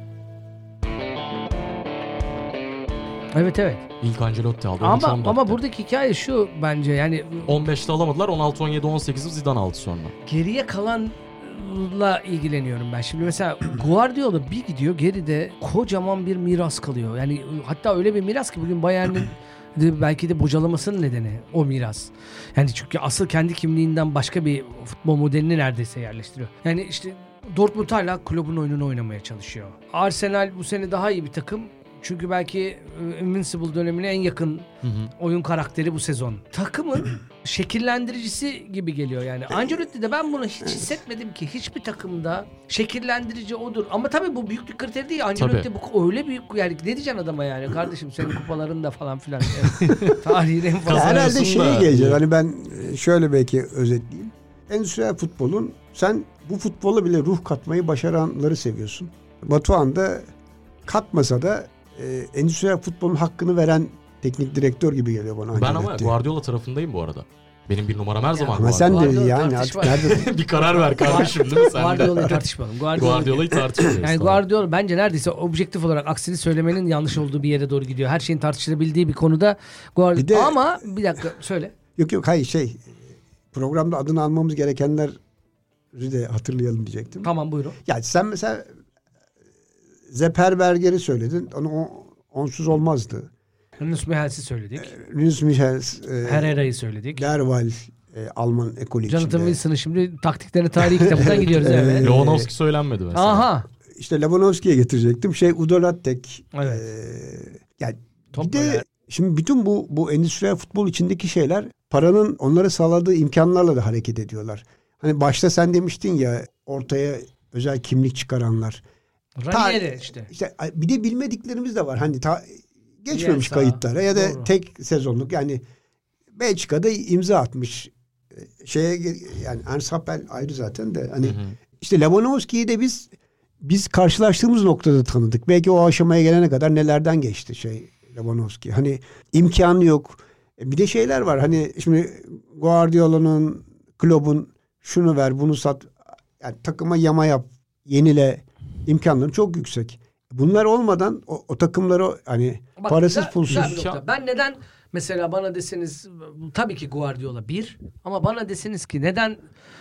[SPEAKER 3] Evet evet.
[SPEAKER 2] İlk Ancelotti aldı.
[SPEAKER 3] Ama ama buradaki hikaye şu bence yani
[SPEAKER 2] on beşte alamadılar. on altı, on yedi, on sekizi Zidane aldı sonra.
[SPEAKER 3] Geriye kalanla ilgileniyorum ben. Şimdi mesela Guardiola bir gidiyor, geride kocaman bir miras kalıyor. Yani hatta öyle bir miras ki bugün Bayern'in belki de bocalamasının nedeni o miras. Yani çünkü asıl kendi kimliğinden başka bir futbol modelini neredeyse yerleştiriyor. Yani işte Dortmund hala kulübün oyununu oynamaya çalışıyor. Arsenal bu sene daha iyi bir takım. Çünkü belki Invincible dönemine en yakın hı hı. oyun karakteri bu sezon. Takımın şekillendiricisi gibi geliyor yani. Ancelotti'de ben bunu hiç hissetmedim ki. Hiçbir takımda şekillendirici odur. Ama tabii bu büyük bir kriter değil. Ancelotti bu öyle büyük, yani ne diyeceksin adama yani? Kardeşim senin kupaların da falan filan. Yani, tarihin en fazla.
[SPEAKER 4] Herhalde şeye geleceğiz. Hani ben şöyle belki özetleyeyim. Endüstriyel futbolun, sen bu futbola bile ruh katmayı başaranları seviyorsun. Batuhan da katmasa da e, endüstriyel futbolun hakkını veren teknik direktör gibi geliyor bana.
[SPEAKER 2] Ben ama Guardiola tarafındayım bu arada. Benim bir numaram her ya, zaman
[SPEAKER 4] ama
[SPEAKER 2] Guardiola.
[SPEAKER 4] sen de yani artık nerede?
[SPEAKER 2] Bir karar ver kardeşim değil mi sen de?
[SPEAKER 3] Guardiola'yı tartışmayalım. Guardiola,
[SPEAKER 2] Guardiola'yı tartışmıyoruz.
[SPEAKER 3] Yani Guardiola bence neredeyse objektif olarak aksini söylemenin yanlış olduğu bir yere doğru gidiyor. Her şeyin tartışılabildiği bir konuda Guardiola. Bir de, ama bir dakika söyle.
[SPEAKER 4] Yok yok hayır şey programda adını almamız gerekenler de hatırlayalım diyecektim.
[SPEAKER 3] Tamam buyurun.
[SPEAKER 4] Yani sen mesela Zeperberger'i söyledin. Onu onsuz olmazdı.
[SPEAKER 3] Rinus Michels'i söyledik.
[SPEAKER 4] Rinus Michels. E,
[SPEAKER 3] Herrera'yı söyledik.
[SPEAKER 4] Derval e, Alman ekolü içinde.
[SPEAKER 3] Jonathan Wilson'ın şimdi taktiklerini tarihi kitabından gidiyoruz. Evet.
[SPEAKER 2] Lewandowski söylenmedi mesela.
[SPEAKER 3] Aha.
[SPEAKER 4] İşte Lewandowski'ye getirecektim. Şey Udolattek.
[SPEAKER 3] Evet.
[SPEAKER 4] E, yani
[SPEAKER 3] Top
[SPEAKER 4] bir de
[SPEAKER 3] böyle.
[SPEAKER 4] Şimdi bütün bu bu endüstriyel futbol içindeki şeyler paranın onlara sağladığı imkanlarla da hareket ediyorlar. Hani başta sen demiştin ya ortaya özel kimlik çıkaranlar.
[SPEAKER 3] Ranieri işte.
[SPEAKER 4] İşte bir de bilmediklerimiz de var. Hani ta, geçmemiş
[SPEAKER 3] Bielsa,
[SPEAKER 4] kayıtlara ya da
[SPEAKER 3] doğru.
[SPEAKER 4] tek sezonluk yani Belçika'da imza atmış şeye yani Ernst Happel ayrı zaten de hani hı hı. işte Lewandowski'yi de biz biz karşılaştığımız noktada tanıdık. Belki o aşamaya gelene kadar nelerden geçti şey Lewandowski. Hani imkanı yok. Bir de şeyler var. Hani şimdi Guardiola'nın, Klopp'un şunu ver, bunu sat. Yani takıma yama yap, yenile imkanları çok yüksek. Bunlar olmadan o, o takımları hani
[SPEAKER 3] bak,
[SPEAKER 4] parasız
[SPEAKER 3] güzel,
[SPEAKER 4] pulsuz.
[SPEAKER 3] güzel ben neden mesela bana deseniz tabii ki Guardiola bir ama bana deseniz ki neden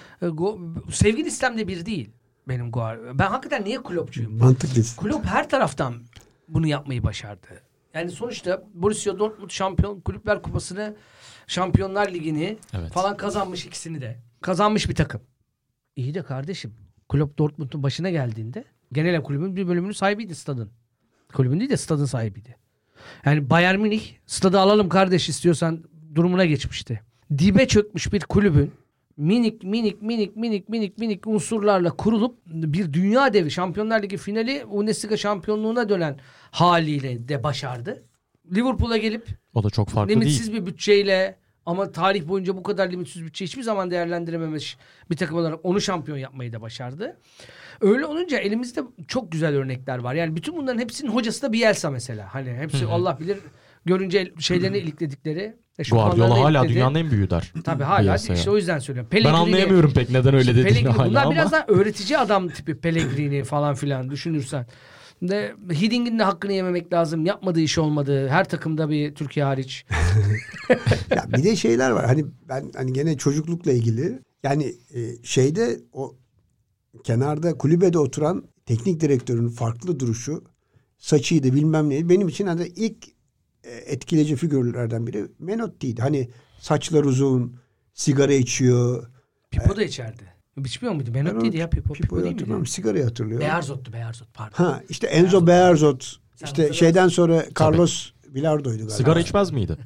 [SPEAKER 3] sevgili İslam'da bir değil benim Guardiola. Ben hakikaten niye Klopp'cuyum?
[SPEAKER 4] Mantıklı.
[SPEAKER 3] Klopp her taraftan bunu yapmayı başardı. Yani sonuçta Borussia Dortmund şampiyon, Kulüpler Kupası'nı, Şampiyonlar Ligi'ni evet. falan kazanmış, ikisini de. Kazanmış bir takım. İyi de kardeşim, Klopp Dortmund'un başına geldiğinde genel kulübün bir bölümünün sahibiydi stadın. Kulübün değil de stadın sahibiydi. Yani Bayern Münih stadı alalım kardeş istiyorsan durumuna geçmişti. Dibe çökmüş bir kulübün minik minik minik minik minik minik unsurlarla kurulup bir dünya devi Şampiyonlar Ligi finali Bundesliga şampiyonluğuna dönen haliyle de başardı. Liverpool'a gelip
[SPEAKER 2] o da çok farklı
[SPEAKER 3] limitsiz
[SPEAKER 2] değil.
[SPEAKER 3] bir bütçeyle ama tarih boyunca bu kadar limitsiz bütçe hiçbir zaman değerlendirememiş bir takım olarak onu şampiyon yapmayı da başardı. Öyle olunca elimizde çok güzel örnekler var. Yani bütün bunların hepsinin hocası da Bielsa mesela. Hani hepsi Hı-hı. Allah bilir görünce şeylerini ilikledikleri.
[SPEAKER 2] Guardiola hala ilikledi. Dünyanın en büyüğü der.
[SPEAKER 3] Tabii hala Bielsa'ya. İşte o yüzden söylüyorum.
[SPEAKER 2] Pellegrini, ben anlayamıyorum pek neden öyle dediğini hala
[SPEAKER 3] bunlar
[SPEAKER 2] ama.
[SPEAKER 3] biraz daha öğretici adam tipi Pellegrini falan filan düşünürsen. De Hidding'in de hakkını yememek lazım. Yapmadığı iş olmadı. Her takımda bir Türkiye hariç.
[SPEAKER 4] Ya bir de şeyler var. Hani ben hani gene çocuklukla ilgili yani e, şeyde o kenarda kulübede oturan teknik direktörün farklı duruşu, saçıydı bilmem neydi. Benim için hani ilk e, etkileyici figürlerden biri Menotti'ydi. Hani saçlar uzun, sigara içiyor.
[SPEAKER 3] Pipo da içerdi. İçmiyor muydu? Menotti'ydi ya Pipo. Pipo değil miydi?
[SPEAKER 4] Sigarayı hatırlıyorum.
[SPEAKER 3] Beyarzot'tu Beyarzot pardon.
[SPEAKER 4] Ha işte Enzo Beyarzot. İşte şeyden sonra Carlos Bilardo'ydu galiba.
[SPEAKER 2] Sigara içmez miydi?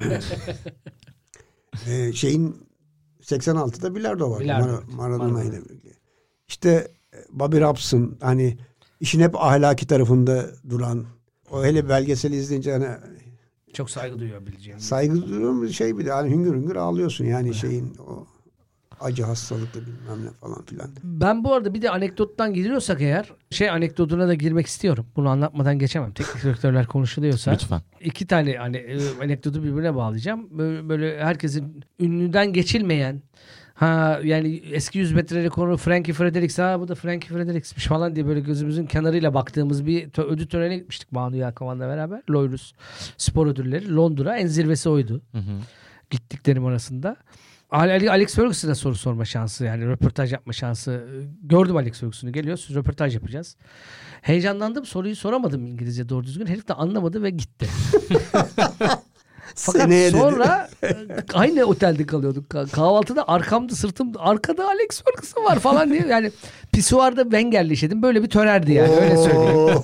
[SPEAKER 4] ee, şeyin seksen altıda Bilardo vardı.
[SPEAKER 3] Bilardo.
[SPEAKER 4] Mar- Maradona ile birlikte. İşte Bobby Robson hani işin hep ahlaki tarafında duran. O hele belgeseli izleyince hani
[SPEAKER 3] çok saygı duyabileceğim.
[SPEAKER 4] Saygı duyuyorum şey bir de hani hüngür hüngür ağlıyorsun yani şeyin o acı hastalıklı bilmem ne falan filan.
[SPEAKER 3] Ben bu arada bir de anekdottan giriyorsak eğer şey anekdotuna da girmek istiyorum. Bunu anlatmadan geçemem. Teknik direktörler konuşuluyorsa.
[SPEAKER 2] Lütfen.
[SPEAKER 3] İki tane hani e, anekdotu birbirine bağlayacağım. Böyle, böyle herkesin ünlüden geçilmeyen ha yani eski yüz metre rekoru Frankie Fredericks ha bu da Frankie Fredericks'miş falan diye böyle gözümüzün kenarıyla baktığımız bir tö- ödül törenine gitmiştik Banu Yelkovan'la beraber. Loyrus Spor Ödülleri Londra en zirvesi oydu. Hı hı. Gittiklerim arasında. Alex Ferguson'a soru sorma şansı yani röportaj yapma şansı. Gördüm Alex Ferguson'u geliyor. Röportaj yapacağız. Heyecanlandım. Soruyu soramadım İngilizce doğru düzgün. Herif de anlamadı ve gitti. Fakat
[SPEAKER 4] Seneye
[SPEAKER 3] sonra aynı otelde kalıyorduk. Kahvaltıda arkamda sırtımda arkada Alex Ferguson var falan diye. Yani pisuarda Wenger'le işedim. Böyle bir tönerdi yani. Öyle söyleyeyim.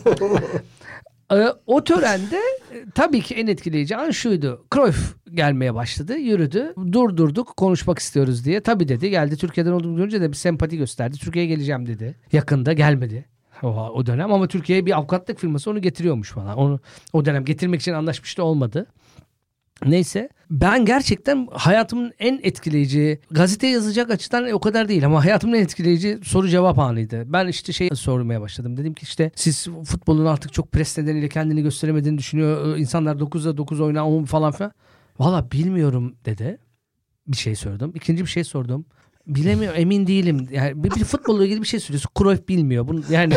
[SPEAKER 3] O törende tabii ki en etkileyici an şuydu. Cruyff gelmeye başladı, yürüdü. Durdurduk, konuşmak istiyoruz diye. Tabii dedi. Geldi Türkiye'den olduğunu görünce de bir sempati gösterdi. Türkiye'ye geleceğim dedi. Yakında gelmedi. O, o dönem ama Türkiye'ye bir avukatlık firması onu getiriyormuş falan. Onu o dönem getirmek için anlaşmış da olmadı. Neyse ben gerçekten hayatımın en etkileyici gazete yazacak açıdan o kadar değil ama hayatımın en etkileyici soru cevap anıydı. Ben işte şey sormaya başladım. Dedim ki işte siz futbolun artık çok pres nedeniyle kendini gösteremediğini düşünüyor. İnsanlar dokuzda dokuz oynar falan filan. Valla bilmiyorum dedi. Bir şey sordum. İkinci bir şey sordum. Bilemiyorum emin değilim. Yani bir, bir futbolla ilgili bir şey söylüyorsun. Cruyff bilmiyor. Bunu yani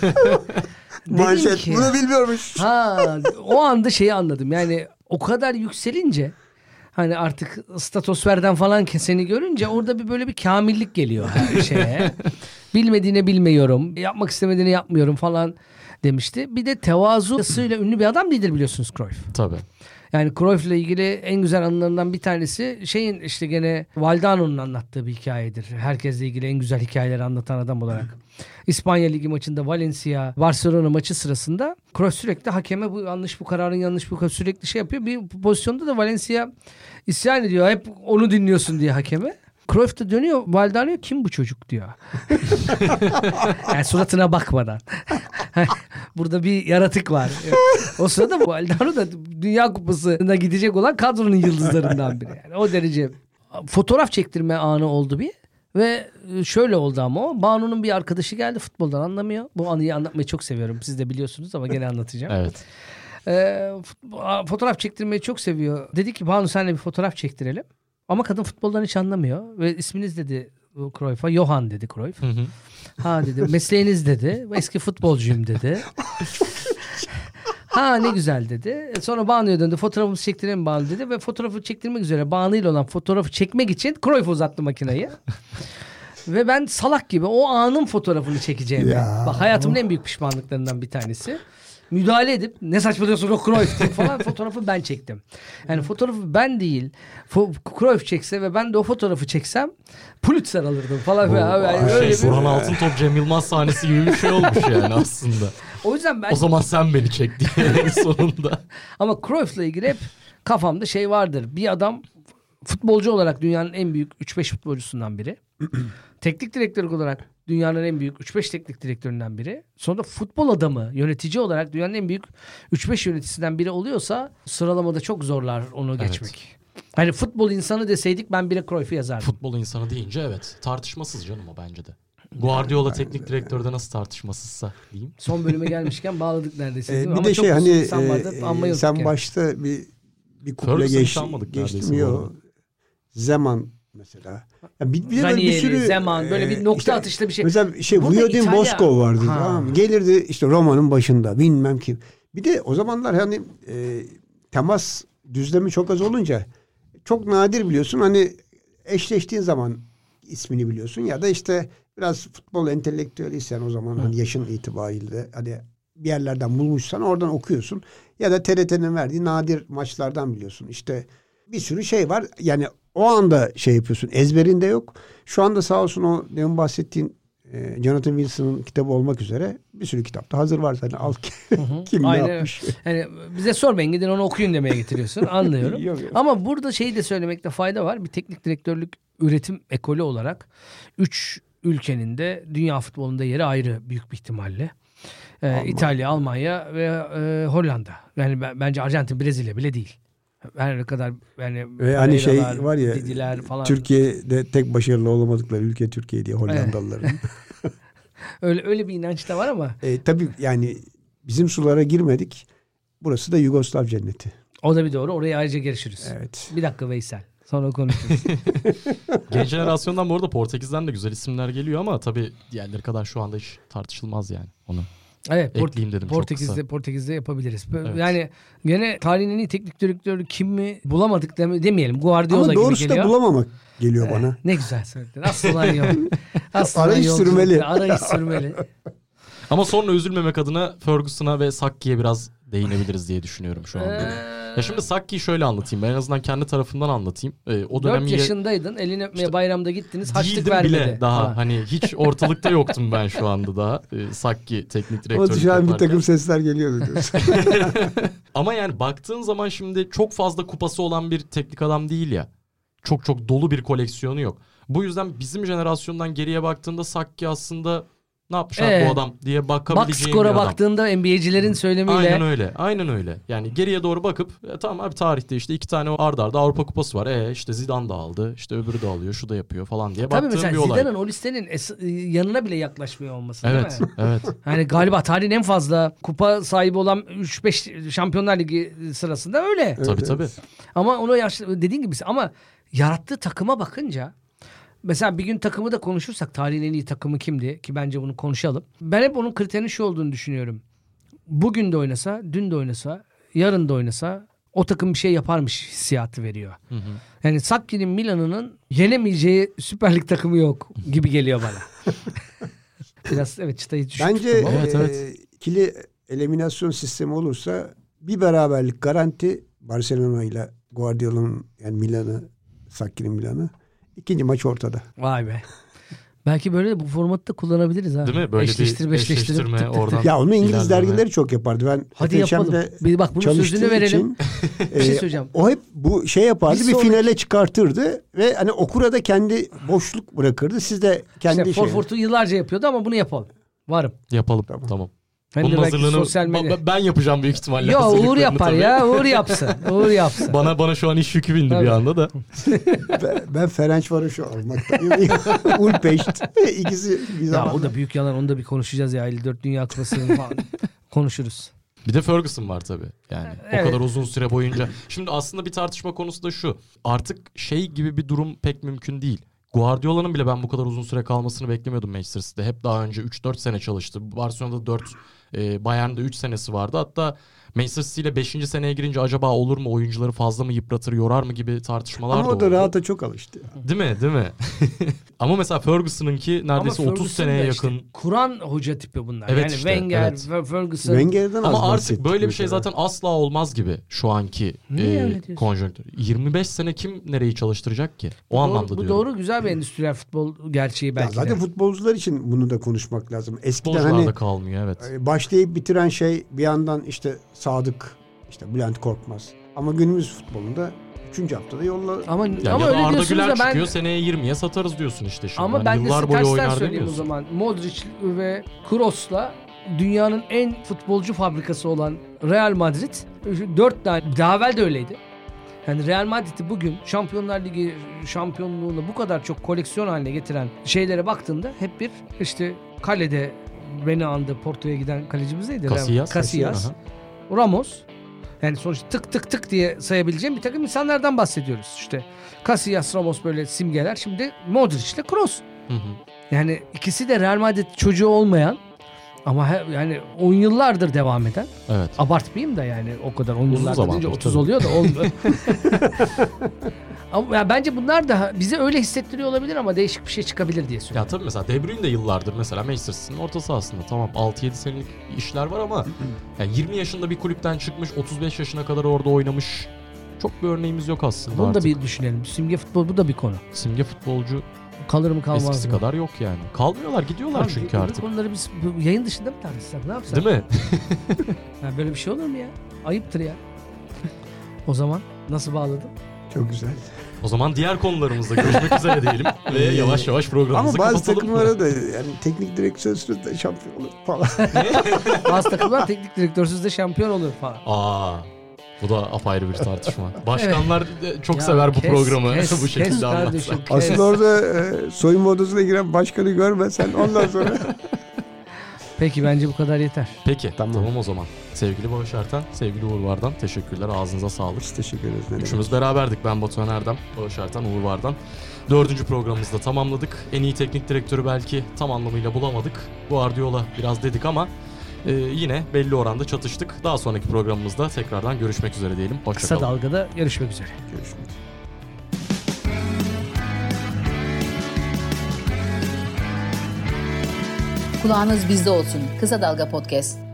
[SPEAKER 4] Manşet
[SPEAKER 3] ki,
[SPEAKER 4] bunu bilmiyormuş.
[SPEAKER 3] Ha, o anda şeyi anladım. Yani o kadar yükselince hani artık statosferden falan seni görünce orada bir böyle bir kamillik geliyor her şeye. Bilmediğine bilmiyorum. Yapmak istemediğini yapmıyorum falan demişti. Bir de tevazusuyla ünlü bir adam değildir biliyorsunuz Cruyff.
[SPEAKER 2] Tabii.
[SPEAKER 3] Yani Cruyff'la ilgili en güzel anılarından bir tanesi şeyin işte gene Valdano'nun anlattığı bir hikayedir. Herkesle ilgili en güzel hikayeleri anlatan adam olarak. İspanya Ligi maçında Valencia Barcelona maçı sırasında Cruyff sürekli hakeme bu yanlış bu kararın yanlış bu sürekli şey yapıyor. Bir pozisyonda da Valencia isyan ediyor. Hep onu dinliyorsun diye hakeme. Cruyff da dönüyor Valdano'ya kim bu çocuk diyor. Yani suratına bakmadan. Burada bir yaratık var. O sırada Valdano da Dünya Kupası'na gidecek olan kadronun yıldızlarından biri. Yani o derece fotoğraf çektirme anı oldu bir. Ve şöyle oldu ama o. Banu'nun bir arkadaşı geldi futboldan anlamıyor. Bu anıyı anlatmayı çok seviyorum. Siz de biliyorsunuz ama gene anlatacağım.
[SPEAKER 2] Evet.
[SPEAKER 3] Ee, fotoğraf çektirmeyi çok seviyor. Dedi ki Banu senle bir fotoğraf çektirelim. Ama kadın futboldan hiç anlamıyor. Ve isminiz dedi Cruyff'a. Johan dedi Cruyff. Hı hı. Ha dedi mesleğiniz dedi. Eski futbolcuyum dedi. Ha ne güzel dedi. Sonra Banu'ya döndü. Fotoğrafımızı çektirelim Banu dedi. Ve fotoğrafı çektirmek üzere Banu ile olan fotoğrafı çekmek için Cruyff uzattı makineyi. Ve ben salak gibi o anın fotoğrafını çekeceğimi.
[SPEAKER 4] Ya.
[SPEAKER 3] Bak hayatımın en büyük pişmanlıklarından bir tanesi. Müdahale edip ne saçmalıyorsun o Cruyff diye falan fotoğrafı ben çektim. Yani fotoğrafı ben değil Fo- Cruyff çekse ve ben de o fotoğrafı çeksem Pulitzer alırdım falan.
[SPEAKER 2] O,
[SPEAKER 3] yani
[SPEAKER 2] şey,
[SPEAKER 3] öyle bir...
[SPEAKER 2] Burhan Altıntop, Cem Yılmaz sahnesi gibi bir şey olmuş yani aslında.
[SPEAKER 3] O yüzden ben...
[SPEAKER 2] O zaman sen beni çek diye sonunda.
[SPEAKER 3] Ama Cruyff'la ilgili hep kafamda şey vardır. Bir adam futbolcu olarak dünyanın en büyük üç beş futbolcusundan biri. Teknik direktör olarak dünyanın en büyük üç beş teknik direktöründen biri. Sonra futbol adamı, yönetici olarak dünyanın en büyük üç beş yöneticisinden biri oluyorsa sıralamada çok zorlar onu
[SPEAKER 2] Evet.
[SPEAKER 3] geçmek. Hani futbol insanı deseydik ben bile Cruyff'u yazardım.
[SPEAKER 2] Futbol insanı deyince evet. Tartışmasız canım o bence de. Guardiola teknik direktörde nasıl tartışmasızsa diyeyim.
[SPEAKER 3] Son bölüme gelmişken bağladık neredeyse.
[SPEAKER 4] Ee, bir
[SPEAKER 3] Ama
[SPEAKER 4] de
[SPEAKER 3] çok
[SPEAKER 4] şey
[SPEAKER 3] uzun
[SPEAKER 4] hani
[SPEAKER 3] insan vardı,
[SPEAKER 4] e,
[SPEAKER 3] anmayı
[SPEAKER 4] sen
[SPEAKER 3] unuttuk yani.
[SPEAKER 4] başta bir bir kuple
[SPEAKER 2] Ferguson'ı
[SPEAKER 4] geç,
[SPEAKER 2] çalmadık
[SPEAKER 4] geçtim
[SPEAKER 2] neredeyse bu
[SPEAKER 4] yo.
[SPEAKER 2] arada.
[SPEAKER 4] Zeman mesela. Yani bir, bir de böyle
[SPEAKER 3] Ranieri,
[SPEAKER 4] bir sürü
[SPEAKER 3] Zeman, böyle bir nokta
[SPEAKER 4] işte,
[SPEAKER 3] atışlı bir şey.
[SPEAKER 4] Mesela şey
[SPEAKER 3] Burada
[SPEAKER 4] Vuyodin
[SPEAKER 3] İtalya-
[SPEAKER 4] Bosco vardı.
[SPEAKER 3] Ha.
[SPEAKER 4] Tamam mı? Gelirdi işte Roma'nın başında bilmem kim. Bir de o zamanlar hani e, temas düzlemi çok az olunca çok nadir biliyorsun. Hani eşleştiğin zaman ismini biliyorsun ya da işte biraz futbol entelektüeliysen o zaman hani yaşın itibariyle hani bir yerlerden bulmuşsan oradan okuyorsun ya da T R T'nin verdiği nadir maçlardan biliyorsun. İşte bir sürü şey var. Yani o anda şey yapıyorsun. Ezberinde yok. Şu anda sağ olsun o demin bahsettiğin e, Jonathan Wilson'ın kitabı olmak üzere bir sürü kitap da hazır var zaten. Al kim
[SPEAKER 3] Aynen.
[SPEAKER 4] ne yapmış.
[SPEAKER 3] Yani bize sormayın gidin onu okuyun demeye getiriyorsun. Anlıyorum.
[SPEAKER 4] Yok, yok.
[SPEAKER 3] Ama burada şeyi de söylemekte fayda var. Bir teknik direktörlük üretim ekolü olarak üç ülkenin de dünya futbolunda yeri ayrı büyük bir ihtimalle. Ee, İtalya, Almanya ve e, Hollanda. Yani ben, bence Arjantin, Brezilya bile değil. Her ne kadar yani
[SPEAKER 4] Ve hani şey
[SPEAKER 3] Pereira'lar,
[SPEAKER 4] var ya
[SPEAKER 3] Didiler falan.
[SPEAKER 4] Türkiye'de tek başarılı olamadıkları ülke Türkiye diye Hollandalıların.
[SPEAKER 3] öyle öyle bir inanç da var ama
[SPEAKER 4] e, tabii yani bizim sulara girmedik. Burası da Yugoslav cenneti.
[SPEAKER 3] o da bir doğru. Oraya ayrıca görüşürüz.
[SPEAKER 4] Evet.
[SPEAKER 3] Bir dakika Veysel. Sonra konuşuruz.
[SPEAKER 2] Genç jenerasyondan bu arada Portekiz'den de güzel isimler geliyor ama tabii diğerleri kadar şu anda hiç tartışılmaz yani onu.
[SPEAKER 3] Evet, Port-
[SPEAKER 2] Ekleyeyim dedim çok
[SPEAKER 3] Portekiz'de
[SPEAKER 2] kısa.
[SPEAKER 3] Portekiz'de yapabiliriz.
[SPEAKER 2] Evet.
[SPEAKER 3] Yani gene tarihin en iyi teknik direktörü kim mi bulamadık deme, demeyelim. Guardiola
[SPEAKER 4] Ama
[SPEAKER 3] gibi
[SPEAKER 4] doğrusu
[SPEAKER 3] geliyor.
[SPEAKER 4] da bulamamak geliyor bana.
[SPEAKER 3] Ne güzel söyledin. Aslan yol. Aslan
[SPEAKER 4] Arayış
[SPEAKER 3] yolculukta,
[SPEAKER 4] sürmeli.
[SPEAKER 3] Arayış sürmeli.
[SPEAKER 2] Ama sonra üzülmemek adına Ferguson'a ve Sakki'ye biraz değinebiliriz diye düşünüyorum şu anda. Ya şimdi Sakki'yi şöyle anlatayım. Ben en azından kendi tarafından anlatayım. Ee, o dönem
[SPEAKER 3] dört
[SPEAKER 2] ye-
[SPEAKER 3] yaşındaydın. Elini öpmeye
[SPEAKER 2] İşte
[SPEAKER 3] bayramda gittiniz. Haçlık
[SPEAKER 2] değildim
[SPEAKER 3] vermedi.
[SPEAKER 2] bile daha.
[SPEAKER 3] Ha.
[SPEAKER 2] Hani hiç ortalıkta yoktum ben şu anda daha. Ee, Sakki teknik
[SPEAKER 4] O
[SPEAKER 2] direktörlük
[SPEAKER 4] dışarıdan bir
[SPEAKER 2] yaparken.
[SPEAKER 4] takım sesler geliyordu diyorsun.
[SPEAKER 2] Ama yani baktığın zaman şimdi çok fazla kupası olan bir teknik adam değil ya. Çok çok dolu bir koleksiyonu yok. Bu yüzden bizim jenerasyondan geriye baktığında Sakki aslında ne yapmış abi
[SPEAKER 3] Ee,
[SPEAKER 2] bu adam diye
[SPEAKER 3] Box
[SPEAKER 2] bakabileceğin
[SPEAKER 3] skora
[SPEAKER 2] bir adam.
[SPEAKER 3] baktığında N B A'cilerin söylemiyle
[SPEAKER 2] Aynen öyle. Aynen öyle. Yani geriye doğru bakıp e, tamam abi tarihte işte iki tane arda arda Avrupa Kupası var. E işte Zidane da aldı. İşte öbürü de alıyor. Şu da yapıyor falan diye
[SPEAKER 3] tabii
[SPEAKER 2] baktığım
[SPEAKER 3] mesela
[SPEAKER 2] bir olay.
[SPEAKER 3] Zidane'ın o listenin es- yanına bile yaklaşmıyor olması
[SPEAKER 2] Evet,
[SPEAKER 3] değil mi?
[SPEAKER 2] evet.
[SPEAKER 3] Yani galiba tarihin en fazla kupa sahibi olan üç beş Şampiyonlar Ligi sırasında öyle.
[SPEAKER 2] Tabii tabii.
[SPEAKER 3] Ama onu yaşlı dediğin gibi ama yarattığı takıma bakınca mesela bir gün takımı da konuşursak tarihin en iyi takımı kimdi ki bence bunu konuşalım. Ben hep onun kriterinin şu olduğunu düşünüyorum. Bugün de oynasa, dün de oynasa, yarın da oynasa o takım bir şey yaparmış hissiyatı veriyor.
[SPEAKER 2] Hı hı.
[SPEAKER 3] Yani Sakki'nin Milan'ının yenemeyeceği Süper Lig takımı yok gibi geliyor bana. Biraz evet çıtayı düşük
[SPEAKER 4] Bence
[SPEAKER 3] tuttum ama.
[SPEAKER 2] Evet,
[SPEAKER 4] e,
[SPEAKER 2] evet.
[SPEAKER 4] ikili eliminasyon sistemi olursa bir beraberlik garanti Barcelona ile Guardiola'nın yani Milan'ı, Sakki'nin Milan'ı. İkinci maç ortada.
[SPEAKER 3] Vay be. Belki böyle de bu formatı da kullanabiliriz ha.
[SPEAKER 2] Değil mi? Böyle
[SPEAKER 3] Eşleştirip
[SPEAKER 2] bir
[SPEAKER 3] eşleştirip
[SPEAKER 2] eşleştirme
[SPEAKER 3] tık tık tık.
[SPEAKER 2] oradan.
[SPEAKER 4] Ya onu İngiliz
[SPEAKER 2] ilerleme.
[SPEAKER 4] dergileri çok yapardı. Ben
[SPEAKER 3] Hadi
[SPEAKER 4] F H M'de
[SPEAKER 3] yapalım. Bir bak bunun
[SPEAKER 4] çalıştığı
[SPEAKER 3] sözünü verelim.
[SPEAKER 4] için,
[SPEAKER 3] Bir şey
[SPEAKER 4] e,
[SPEAKER 3] söyleyeceğim.
[SPEAKER 4] O hep bu şey yapardı.
[SPEAKER 3] Bir
[SPEAKER 4] Bir,
[SPEAKER 3] sonraki-
[SPEAKER 4] finale çıkartırdı ve hani okura da kendi boşluk bırakırdı. Siz de kendi
[SPEAKER 3] İşte
[SPEAKER 4] şey.
[SPEAKER 3] Forfort'u yıllarca yapıyordu ama bunu yapalım. Varım.
[SPEAKER 2] Yapalım.
[SPEAKER 4] Tamam.
[SPEAKER 2] Tamam.
[SPEAKER 3] Hem
[SPEAKER 2] Bunun
[SPEAKER 3] de belki
[SPEAKER 2] hazırlığını
[SPEAKER 3] sosyal medya.
[SPEAKER 2] ba- ben yapacağım büyük ihtimalle.
[SPEAKER 3] Yo Uğur
[SPEAKER 2] hazırlıklarını
[SPEAKER 3] yapar
[SPEAKER 2] tabii.
[SPEAKER 3] ya. Uğur yapsın. Uğur yapsın.
[SPEAKER 2] Bana bana şu an iş yükü bindi
[SPEAKER 3] Tabii.
[SPEAKER 2] bir anda da.
[SPEAKER 4] Ben, ben Ferenc Varoş'u almaktayım. Ulpeşt. İkisi bir
[SPEAKER 3] Ya
[SPEAKER 4] zaman.
[SPEAKER 3] o da büyük yalan. Onu da bir konuşacağız ya. elli dört Dünya Kupası'nı falan konuşuruz.
[SPEAKER 2] Bir de Ferguson var tabii. Yani
[SPEAKER 3] Evet.
[SPEAKER 2] o kadar uzun süre boyunca. Şimdi aslında bir tartışma konusu da şu. Artık şey gibi bir durum pek mümkün değil. Guardiola'nın bile ben bu kadar uzun süre kalmasını beklemiyordum Manchester City'de. Hep daha önce üç dört sene çalıştı. Barcelona'da dört, e, Bayern'de üç senesi vardı. Hatta Manchester City ile beşinci seneye girince acaba olur mu, oyuncuları fazla mı yıpratır, yorar mı gibi tartışmalar
[SPEAKER 4] Ama
[SPEAKER 2] da
[SPEAKER 4] o da
[SPEAKER 2] oldu.
[SPEAKER 4] rahata çok alıştı.
[SPEAKER 2] Değil mi? Değil mi? Ama mesela Ferguson'ınki neredeyse
[SPEAKER 3] Ama
[SPEAKER 2] otuz
[SPEAKER 3] Ferguson
[SPEAKER 2] seneye
[SPEAKER 3] da işte
[SPEAKER 2] yakın.
[SPEAKER 3] Kuran hoca tipi bunlar.
[SPEAKER 2] Evet
[SPEAKER 3] yani
[SPEAKER 2] işte,
[SPEAKER 3] Wenger,
[SPEAKER 2] evet.
[SPEAKER 3] Fer- Ferguson.
[SPEAKER 4] Wenger'den az
[SPEAKER 2] Ama artık
[SPEAKER 4] bahsettik
[SPEAKER 2] böyle bir şey
[SPEAKER 4] mesela.
[SPEAKER 2] zaten asla olmaz gibi şu anki
[SPEAKER 3] Niye
[SPEAKER 2] e,
[SPEAKER 3] öyle diyorsun?
[SPEAKER 2] konjonktür. yirmi beş sene kim nereyi çalıştıracak ki? O
[SPEAKER 3] Doğru-
[SPEAKER 2] anlamda
[SPEAKER 3] bu
[SPEAKER 2] diyorum.
[SPEAKER 3] doğru güzel bir endüstriyel futbol gerçeği
[SPEAKER 4] Ya
[SPEAKER 3] belki
[SPEAKER 4] zaten
[SPEAKER 3] de.
[SPEAKER 4] futbolcular için bunu da konuşmak lazım. Eskiden
[SPEAKER 2] Futbolcularda
[SPEAKER 4] hani
[SPEAKER 2] kalmıyor evet.
[SPEAKER 4] e, başlayıp bitiren şey bir yandan işte Sadık, işte Bülent Korkmaz. Ama günümüz futbolunda üçüncü haftada yolla.
[SPEAKER 3] Ama,
[SPEAKER 2] Ya
[SPEAKER 3] ama
[SPEAKER 2] ya da
[SPEAKER 3] öyle
[SPEAKER 2] Arda
[SPEAKER 3] diyorsunuz
[SPEAKER 2] Güler
[SPEAKER 3] da ben
[SPEAKER 2] çıkıyor seneye yirmiye satarız diyorsun işte şimdi.
[SPEAKER 3] ama
[SPEAKER 2] Hani
[SPEAKER 3] ben de
[SPEAKER 2] yıllar
[SPEAKER 3] size
[SPEAKER 2] boyu
[SPEAKER 3] tersten
[SPEAKER 2] oynar
[SPEAKER 3] söyleyeyim o
[SPEAKER 2] demiyorsun.
[SPEAKER 3] zaman. Modric ve Kroos'la dünyanın en futbolcu fabrikası olan Real Madrid dört tane daha evvel de öyleydi. Yani Real Madrid'i bugün Şampiyonlar Ligi şampiyonluğunu bu kadar çok koleksiyon haline getiren şeylere baktığında hep bir işte kalede beni andı Porto'ya giden kalecimiz neydi?
[SPEAKER 2] Casillas.
[SPEAKER 3] Casillas.
[SPEAKER 2] Aha.
[SPEAKER 3] Ramos Yani sonuçta tık tık tık diye sayabileceğim bir takım insanlardan bahsediyoruz. İşte Casillas, Ramos böyle simgeler. Şimdi Modric ile Kroos.
[SPEAKER 2] Hı hı.
[SPEAKER 3] Yani ikisi de Real Madrid çocuğu olmayan ama he- yani on yıllardır devam eden.
[SPEAKER 2] Evet.
[SPEAKER 3] Abartmayayım da yani o kadar on yıllardır
[SPEAKER 2] zamandır,
[SPEAKER 3] deyince otuz
[SPEAKER 2] tabii.
[SPEAKER 3] oluyor da olmuyor. Ama yani bence bunlar da bize öyle hissettiriyor olabilir ama değişik bir şey çıkabilir diye
[SPEAKER 2] Ya
[SPEAKER 3] söylüyorum.
[SPEAKER 2] tabii mesela De Bruyne de yıllardır mesela Manchester City'nin orta sahasında tamam altı yedi senelik işler var ama yani yirmi yaşında bir kulüpten çıkmış otuz beş yaşına kadar orada oynamış çok bir örneğimiz yok aslında
[SPEAKER 3] Bunu da
[SPEAKER 2] artık.
[SPEAKER 3] bir düşünelim. Simge futbol bu da bir konu.
[SPEAKER 2] Simge futbolcu
[SPEAKER 3] Kalır mı kalmaz
[SPEAKER 2] eskisi
[SPEAKER 3] mı?
[SPEAKER 2] kadar yok yani. Kalmıyorlar gidiyorlar
[SPEAKER 3] Tamam,
[SPEAKER 2] çünkü
[SPEAKER 3] bu- bu
[SPEAKER 2] artık.
[SPEAKER 3] konuları biz bu yayın dışında mı tartışsak? Ne yapsak?
[SPEAKER 2] Değil mi?
[SPEAKER 3] Ya böyle bir şey olur mu ya? Ayıptır ya. O zaman nasıl bağladım?
[SPEAKER 4] Çok güzel.
[SPEAKER 2] O zaman diğer konularımızda görüşmek üzere diyelim ve yavaş yavaş
[SPEAKER 4] Ama
[SPEAKER 2] programımızı
[SPEAKER 4] bazı
[SPEAKER 2] kapatalım.
[SPEAKER 4] takımlara da yani teknik direktörsüz de şampiyon olur falan.
[SPEAKER 3] Bazı takımlar teknik direktörsüz de şampiyon olur falan.
[SPEAKER 2] Aa, bu da apayrı bir tartışma. Başkanlar e, çok
[SPEAKER 3] Ya
[SPEAKER 2] sever bu
[SPEAKER 3] kes,
[SPEAKER 2] programı
[SPEAKER 3] kes,
[SPEAKER 2] bu şekilde
[SPEAKER 3] kes
[SPEAKER 2] anlatsak.
[SPEAKER 3] kardeşim, kes.
[SPEAKER 4] Asıl orada e, soyunma odasına giren başkanı görmesen ondan sonra.
[SPEAKER 3] Peki bence bu kadar yeter.
[SPEAKER 2] Peki
[SPEAKER 4] Tamam.
[SPEAKER 2] tamam. o zaman. Sevgili Bağış Erten, sevgili Uğur Vardan teşekkürler. Ağzınıza sağlık.
[SPEAKER 4] Biz teşekkür ederiz. Ne demek.
[SPEAKER 2] Üçümüz beraberdik. Ben Batuhan Erdem, Bağış Erten, Uğur Vardan. Dördüncü programımızı da tamamladık. En iyi teknik direktörü belki tam anlamıyla bulamadık. Guardiola biraz dedik ama e, yine belli oranda çatıştık. Daha sonraki programımızda tekrardan görüşmek üzere diyelim.
[SPEAKER 3] Kısa
[SPEAKER 2] Hoşçakalın.
[SPEAKER 3] dalgada görüşmek üzere.
[SPEAKER 4] Görüşmek üzere.
[SPEAKER 1] Kulağınız bizde olsun. Kısa Dalga Podcast.